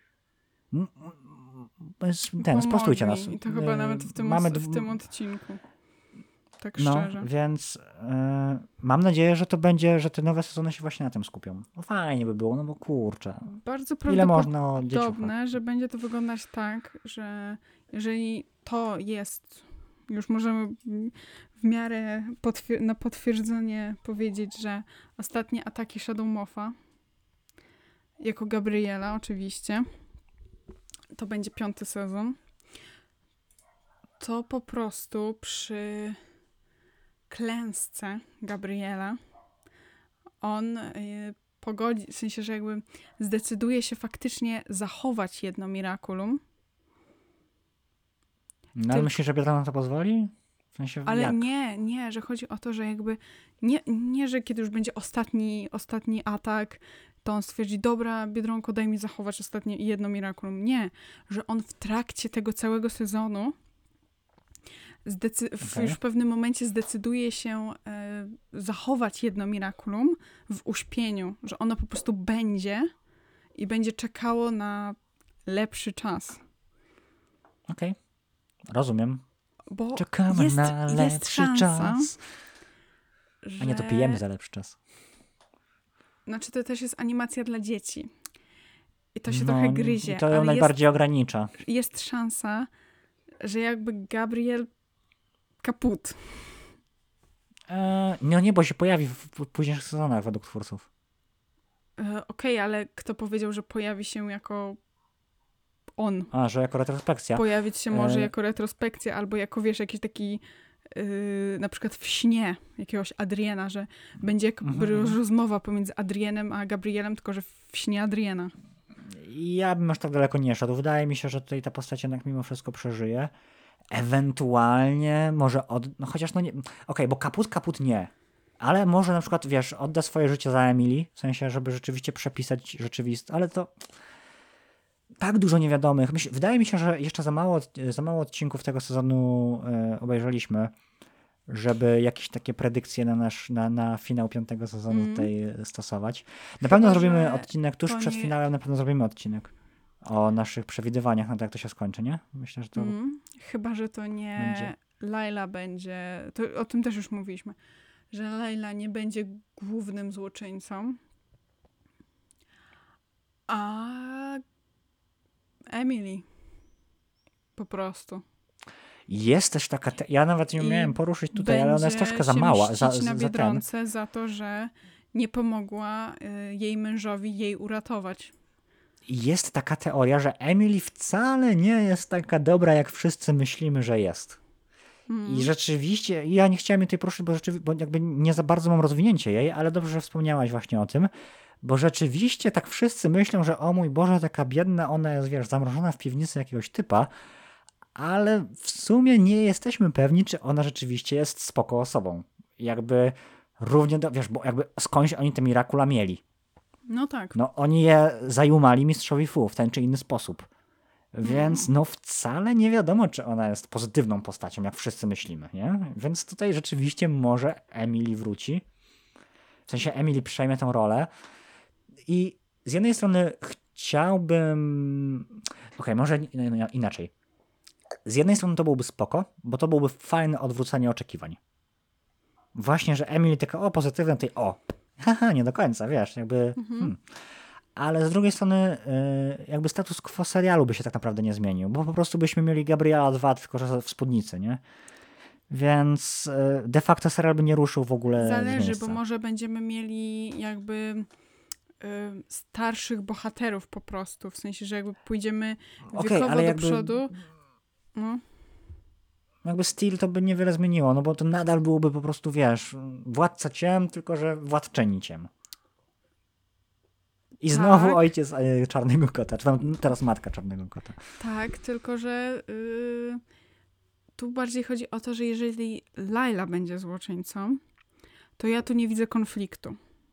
Ten, Pomogli. spostujcie nas. I to chyba nawet w tym, Mamy w tym odcinku. Tak no, szczerze. więc y, mam nadzieję, że to będzie, że te nowe sezony się właśnie na tym skupią. No fajnie by było, no bo kurczę. Bardzo Ile można o dzieciuchach? prawdopodobne, że będzie to wyglądać tak, że jeżeli to jest, już możemy w miarę potwier- na potwierdzenie powiedzieć, że ostatnie ataki Shadow Moffa, jako Gabriela oczywiście, to będzie piąty sezon, to po prostu przy klęsce Gabriela on y, pogodzi, w sensie, że jakby zdecyduje się faktycznie zachować jedno Miraculum. No ale Tyl- myślisz, że Biedronka na to pozwoli? W sensie Ale jak? nie, nie, że chodzi o to, że jakby nie, nie, że kiedy już będzie ostatni, ostatni atak, to on stwierdzi, dobra, Biedronko, daj mi zachować ostatnie jedno Miraculum. Nie, że on w trakcie tego całego sezonu Zdecy- w, Okay. już w pewnym momencie zdecyduje się e, zachować jedno Miraculum w uśpieniu, że ono po prostu będzie i będzie czekało na lepszy czas. Okej, okay. Rozumiem. Bo Czekamy jest, na jest lepszy szansa, czas. że... A nie, to pijemy za lepszy czas. Znaczy to też jest animacja dla dzieci. I to się no, trochę gryzie. I to ją ale najbardziej jest, ogranicza. jest szansa, że jakby Gabriel kaput. Eee, no nie, bo się pojawi w, w późniejszych sezonach według twórców. E, Okej, okay, ale kto powiedział, że pojawi się jako on? A, że jako retrospekcja. Pojawić się może e... jako retrospekcja, albo jako, wiesz, jakiś taki yy, na przykład w śnie jakiegoś Adriena, że będzie jakby Mhm. rozmowa pomiędzy Adrienem a Gabrielem, tylko że w śnie Adriena. Ja bym aż tak daleko nie szedł. Wydaje mi się, że tutaj ta postać jednak mimo wszystko przeżyje. Ewentualnie może od... No chociaż no nie... Okej, okay, bo kaput, kaput nie. Ale może na przykład, wiesz, odda swoje życie za Emily, w sensie, żeby rzeczywiście przepisać rzeczywistość, ale to tak dużo niewiadomych. Myśl... Wydaje mi się, że jeszcze za mało, za mało odcinków tego sezonu e, obejrzeliśmy, żeby jakieś takie predykcje na nasz, na, na finał piątego sezonu Mm. tutaj stosować. Na Chyba, pewno zrobimy że odcinek tuż to przed nie- finałem, na pewno zrobimy odcinek o naszych przewidywaniach na to, jak to się skończy, nie? Myślę, że to Mm. Chyba, że to nie będzie. Laila będzie, to, o tym też już mówiliśmy, że Laila nie będzie głównym złoczyńcą, a Emily po prostu. Jest też taka, te... ja nawet ją I miałem poruszyć tutaj, ale ona jest będzie troszkę za się mała, za, mścić za, na za ten. Biedronce za to, że nie pomogła y, jej mężowi jej uratować. jest taka teoria, że Emily wcale nie jest taka dobra, jak wszyscy myślimy, że jest. Mm. I rzeczywiście, ja nie chciałem jej tej poruszyć, bo, rzeczywi- bo jakby nie za bardzo mam rozwinięcie jej, ale dobrze, że wspomniałaś właśnie o tym, bo rzeczywiście tak wszyscy myślą, że o mój Boże, taka biedna, ona jest, wiesz, zamrożona w piwnicy jakiegoś typa, ale w sumie nie jesteśmy pewni, czy ona rzeczywiście jest spoko osobą. Jakby równie, do, wiesz, bo jakby skądś oni te Miracula mieli. No tak. No oni je zajumali mistrzowi Fu w ten czy inny sposób. Więc no wcale nie wiadomo, czy ona jest pozytywną postacią, jak wszyscy myślimy, nie? Więc tutaj rzeczywiście może Emily wróci. W sensie Emily przejmie tę rolę. I z jednej strony chciałbym... Okej, okay, może inaczej. Z jednej strony to byłby spoko, bo to byłby fajne odwrócenie oczekiwań. Właśnie, że Emily taka o pozytywna, tej o, haha, nie do końca, wiesz, jakby... Mhm. Hmm. Ale z drugiej strony jakby status quo serialu by się tak naprawdę nie zmienił, bo po prostu byśmy mieli Gabriela dwa, tylko że w spódnicy, nie? Więc de facto serial by nie ruszył w ogóle Zależy, z miejsca. bo może będziemy mieli jakby y, starszych bohaterów po prostu, w sensie, że jakby pójdziemy okay, wiekowo ale do jakby, przodu. No. Jakby styl to by niewiele zmieniło, no bo to nadal byłoby po prostu, wiesz, władca ciem, tylko że władczyni ciem. I znowu tak. ojciec e, Czarnego Kota, czy tam teraz matka Czarnego Kota. Tak, tylko że yy, tu bardziej chodzi o to, że jeżeli Layla będzie złoczyńcą, to ja tu nie widzę konfliktu.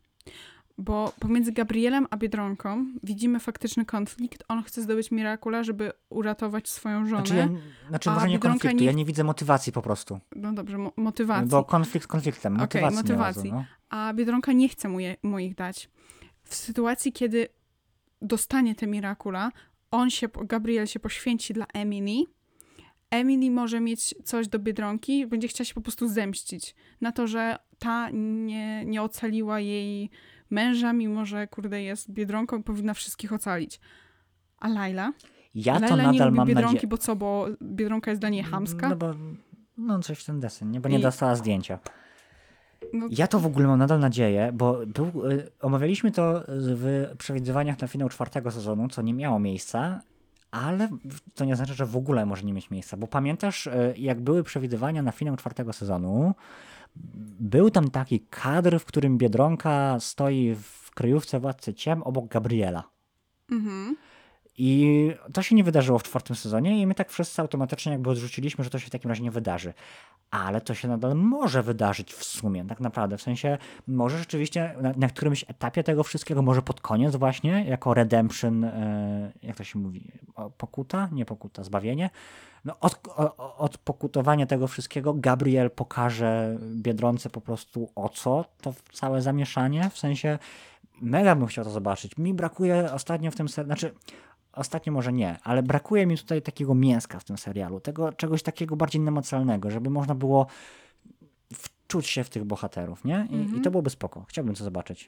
Bo pomiędzy Gabrielem a Biedronką widzimy faktyczny konflikt. On chce zdobyć Miracula, żeby uratować swoją żonę. Znaczy, ja, znaczy może nie konfliktu, nie... ja nie widzę motywacji po prostu. No dobrze, mo- motywacji. Bo konflikt konfliktem, motywacji. Okay, motywacji. Razu, no. A Biedronka nie chce mu, je, mu ich dać. W sytuacji, kiedy dostanie te Miracula, on się, Gabriel się poświęci dla Emily. Emily może mieć coś do Biedronki, będzie chciała się po prostu zemścić na to, że ta nie, nie ocaliła jej męża, mimo że, kurde, jest Biedronką i powinna wszystkich ocalić. A Layla? Ja Layla to nadal nie lubi mam Biedronki, nadzie... bo co, bo Biedronka jest dla niej chamska? No bo, no coś w ten deseń, nie? Bo nie I... dostała zdjęcia. No... Ja to w ogóle mam nadal nadzieję, bo był, y, omawialiśmy to w przewidywaniach na finał czwartego sezonu, co nie miało miejsca, ale to nie znaczy, że w ogóle może nie mieć miejsca, bo pamiętasz, y, jak były przewidywania na finał czwartego sezonu, był tam taki kadr, w którym Biedronka stoi w kryjówce Władcy Ciem obok Gabriela. Mhm. I to się nie wydarzyło w czwartym sezonie i my tak wszyscy automatycznie jakby odrzuciliśmy, że to się w takim razie nie wydarzy. Ale to się nadal może wydarzyć w sumie, tak naprawdę. W sensie może rzeczywiście na, na którymś etapie tego wszystkiego, może pod koniec właśnie, jako redemption, e, jak to się mówi, o, pokuta? Nie pokuta, zbawienie. No od, o, od pokutowania tego wszystkiego Gabriel pokaże Biedronce po prostu o co to całe zamieszanie. W sensie mega bym chciał to zobaczyć. Mi brakuje ostatnio w tym serialu, znaczy ostatnio może nie, ale brakuje mi tutaj takiego mięska w tym serialu, tego czegoś takiego bardziej namacalnego, żeby można było wczuć się w tych bohaterów, nie? I, mm-hmm. i to byłoby spoko. Chciałbym to zobaczyć.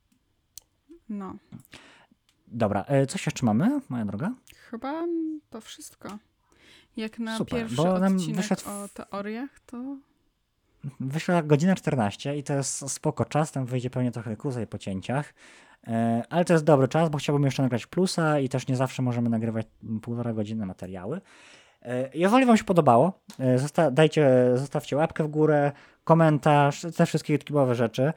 No. Dobra, coś jeszcze mamy, moja droga? Chyba to wszystko. Jak na Super, pierwszy bo nam odcinek wyszedł... o teoriach, to... Wyszła godzina czternaście i to jest spoko czas, tam wyjdzie pewnie trochę kuzej po cięciach, ale to jest dobry czas, bo chciałbym jeszcze nagrać plusa i też nie zawsze możemy nagrywać półtora godziny materiały. Jeżeli wam się podobało, zosta- dajcie, zostawcie łapkę w górę, komentarz, te wszystkie YouTube'owe rzeczy.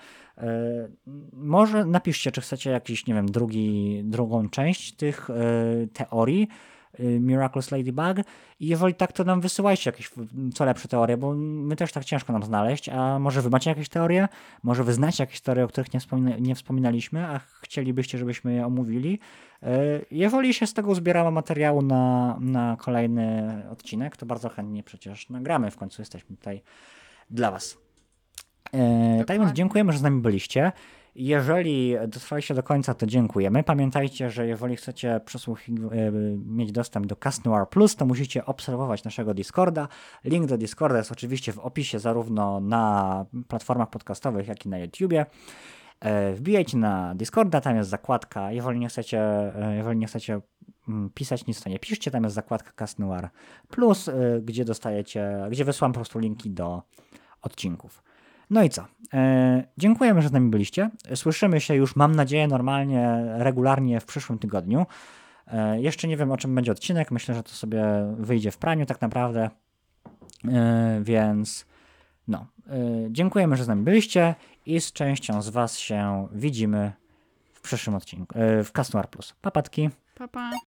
Może napiszcie, czy chcecie jakiś, nie wiem, drugi, drugą część tych teorii Miraculous Ladybug i jeżeli tak, to nam wysyłajcie jakieś co lepsze teorie, bo my też tak ciężko nam znaleźć, a może wy macie jakieś teorie, może wy znacie jakieś teorie, o których nie, wspomina- nie wspominaliśmy, a chcielibyście, żebyśmy je omówili. Jeżeli się z tego uzbieramy materiału na, na kolejny odcinek, to bardzo chętnie przecież nagramy, w końcu jesteśmy tutaj dla was. E, tak więc dziękujemy, że z nami byliście. Jeżeli dotrwaliście do końca, to dziękujemy. Pamiętajcie, że jeżeli chcecie przesłuch- mieć dostęp do Cast Noir Plus, to musicie obserwować naszego Discorda. Link do Discorda jest oczywiście w opisie zarówno na platformach podcastowych, jak i na YouTubie. Wbijajcie na Discorda, tam jest zakładka. Jeżeli nie chcecie, jeżeli nie chcecie pisać nic, to nie piszcie. Tam jest zakładka Cast Noir Plus, gdzie dostajecie, gdzie wysłam po prostu linki do odcinków. No i co? E, dziękujemy, że z nami byliście. Słyszymy się już, mam nadzieję, normalnie, regularnie w przyszłym tygodniu. E, jeszcze nie wiem, o czym będzie odcinek. Myślę, że to sobie wyjdzie w praniu tak naprawdę. E, więc no. E, dziękujemy, że z nami byliście i z częścią z was się widzimy w przyszłym odcinku. E, w Cast Noir Plus. Papatki. Pa, pa.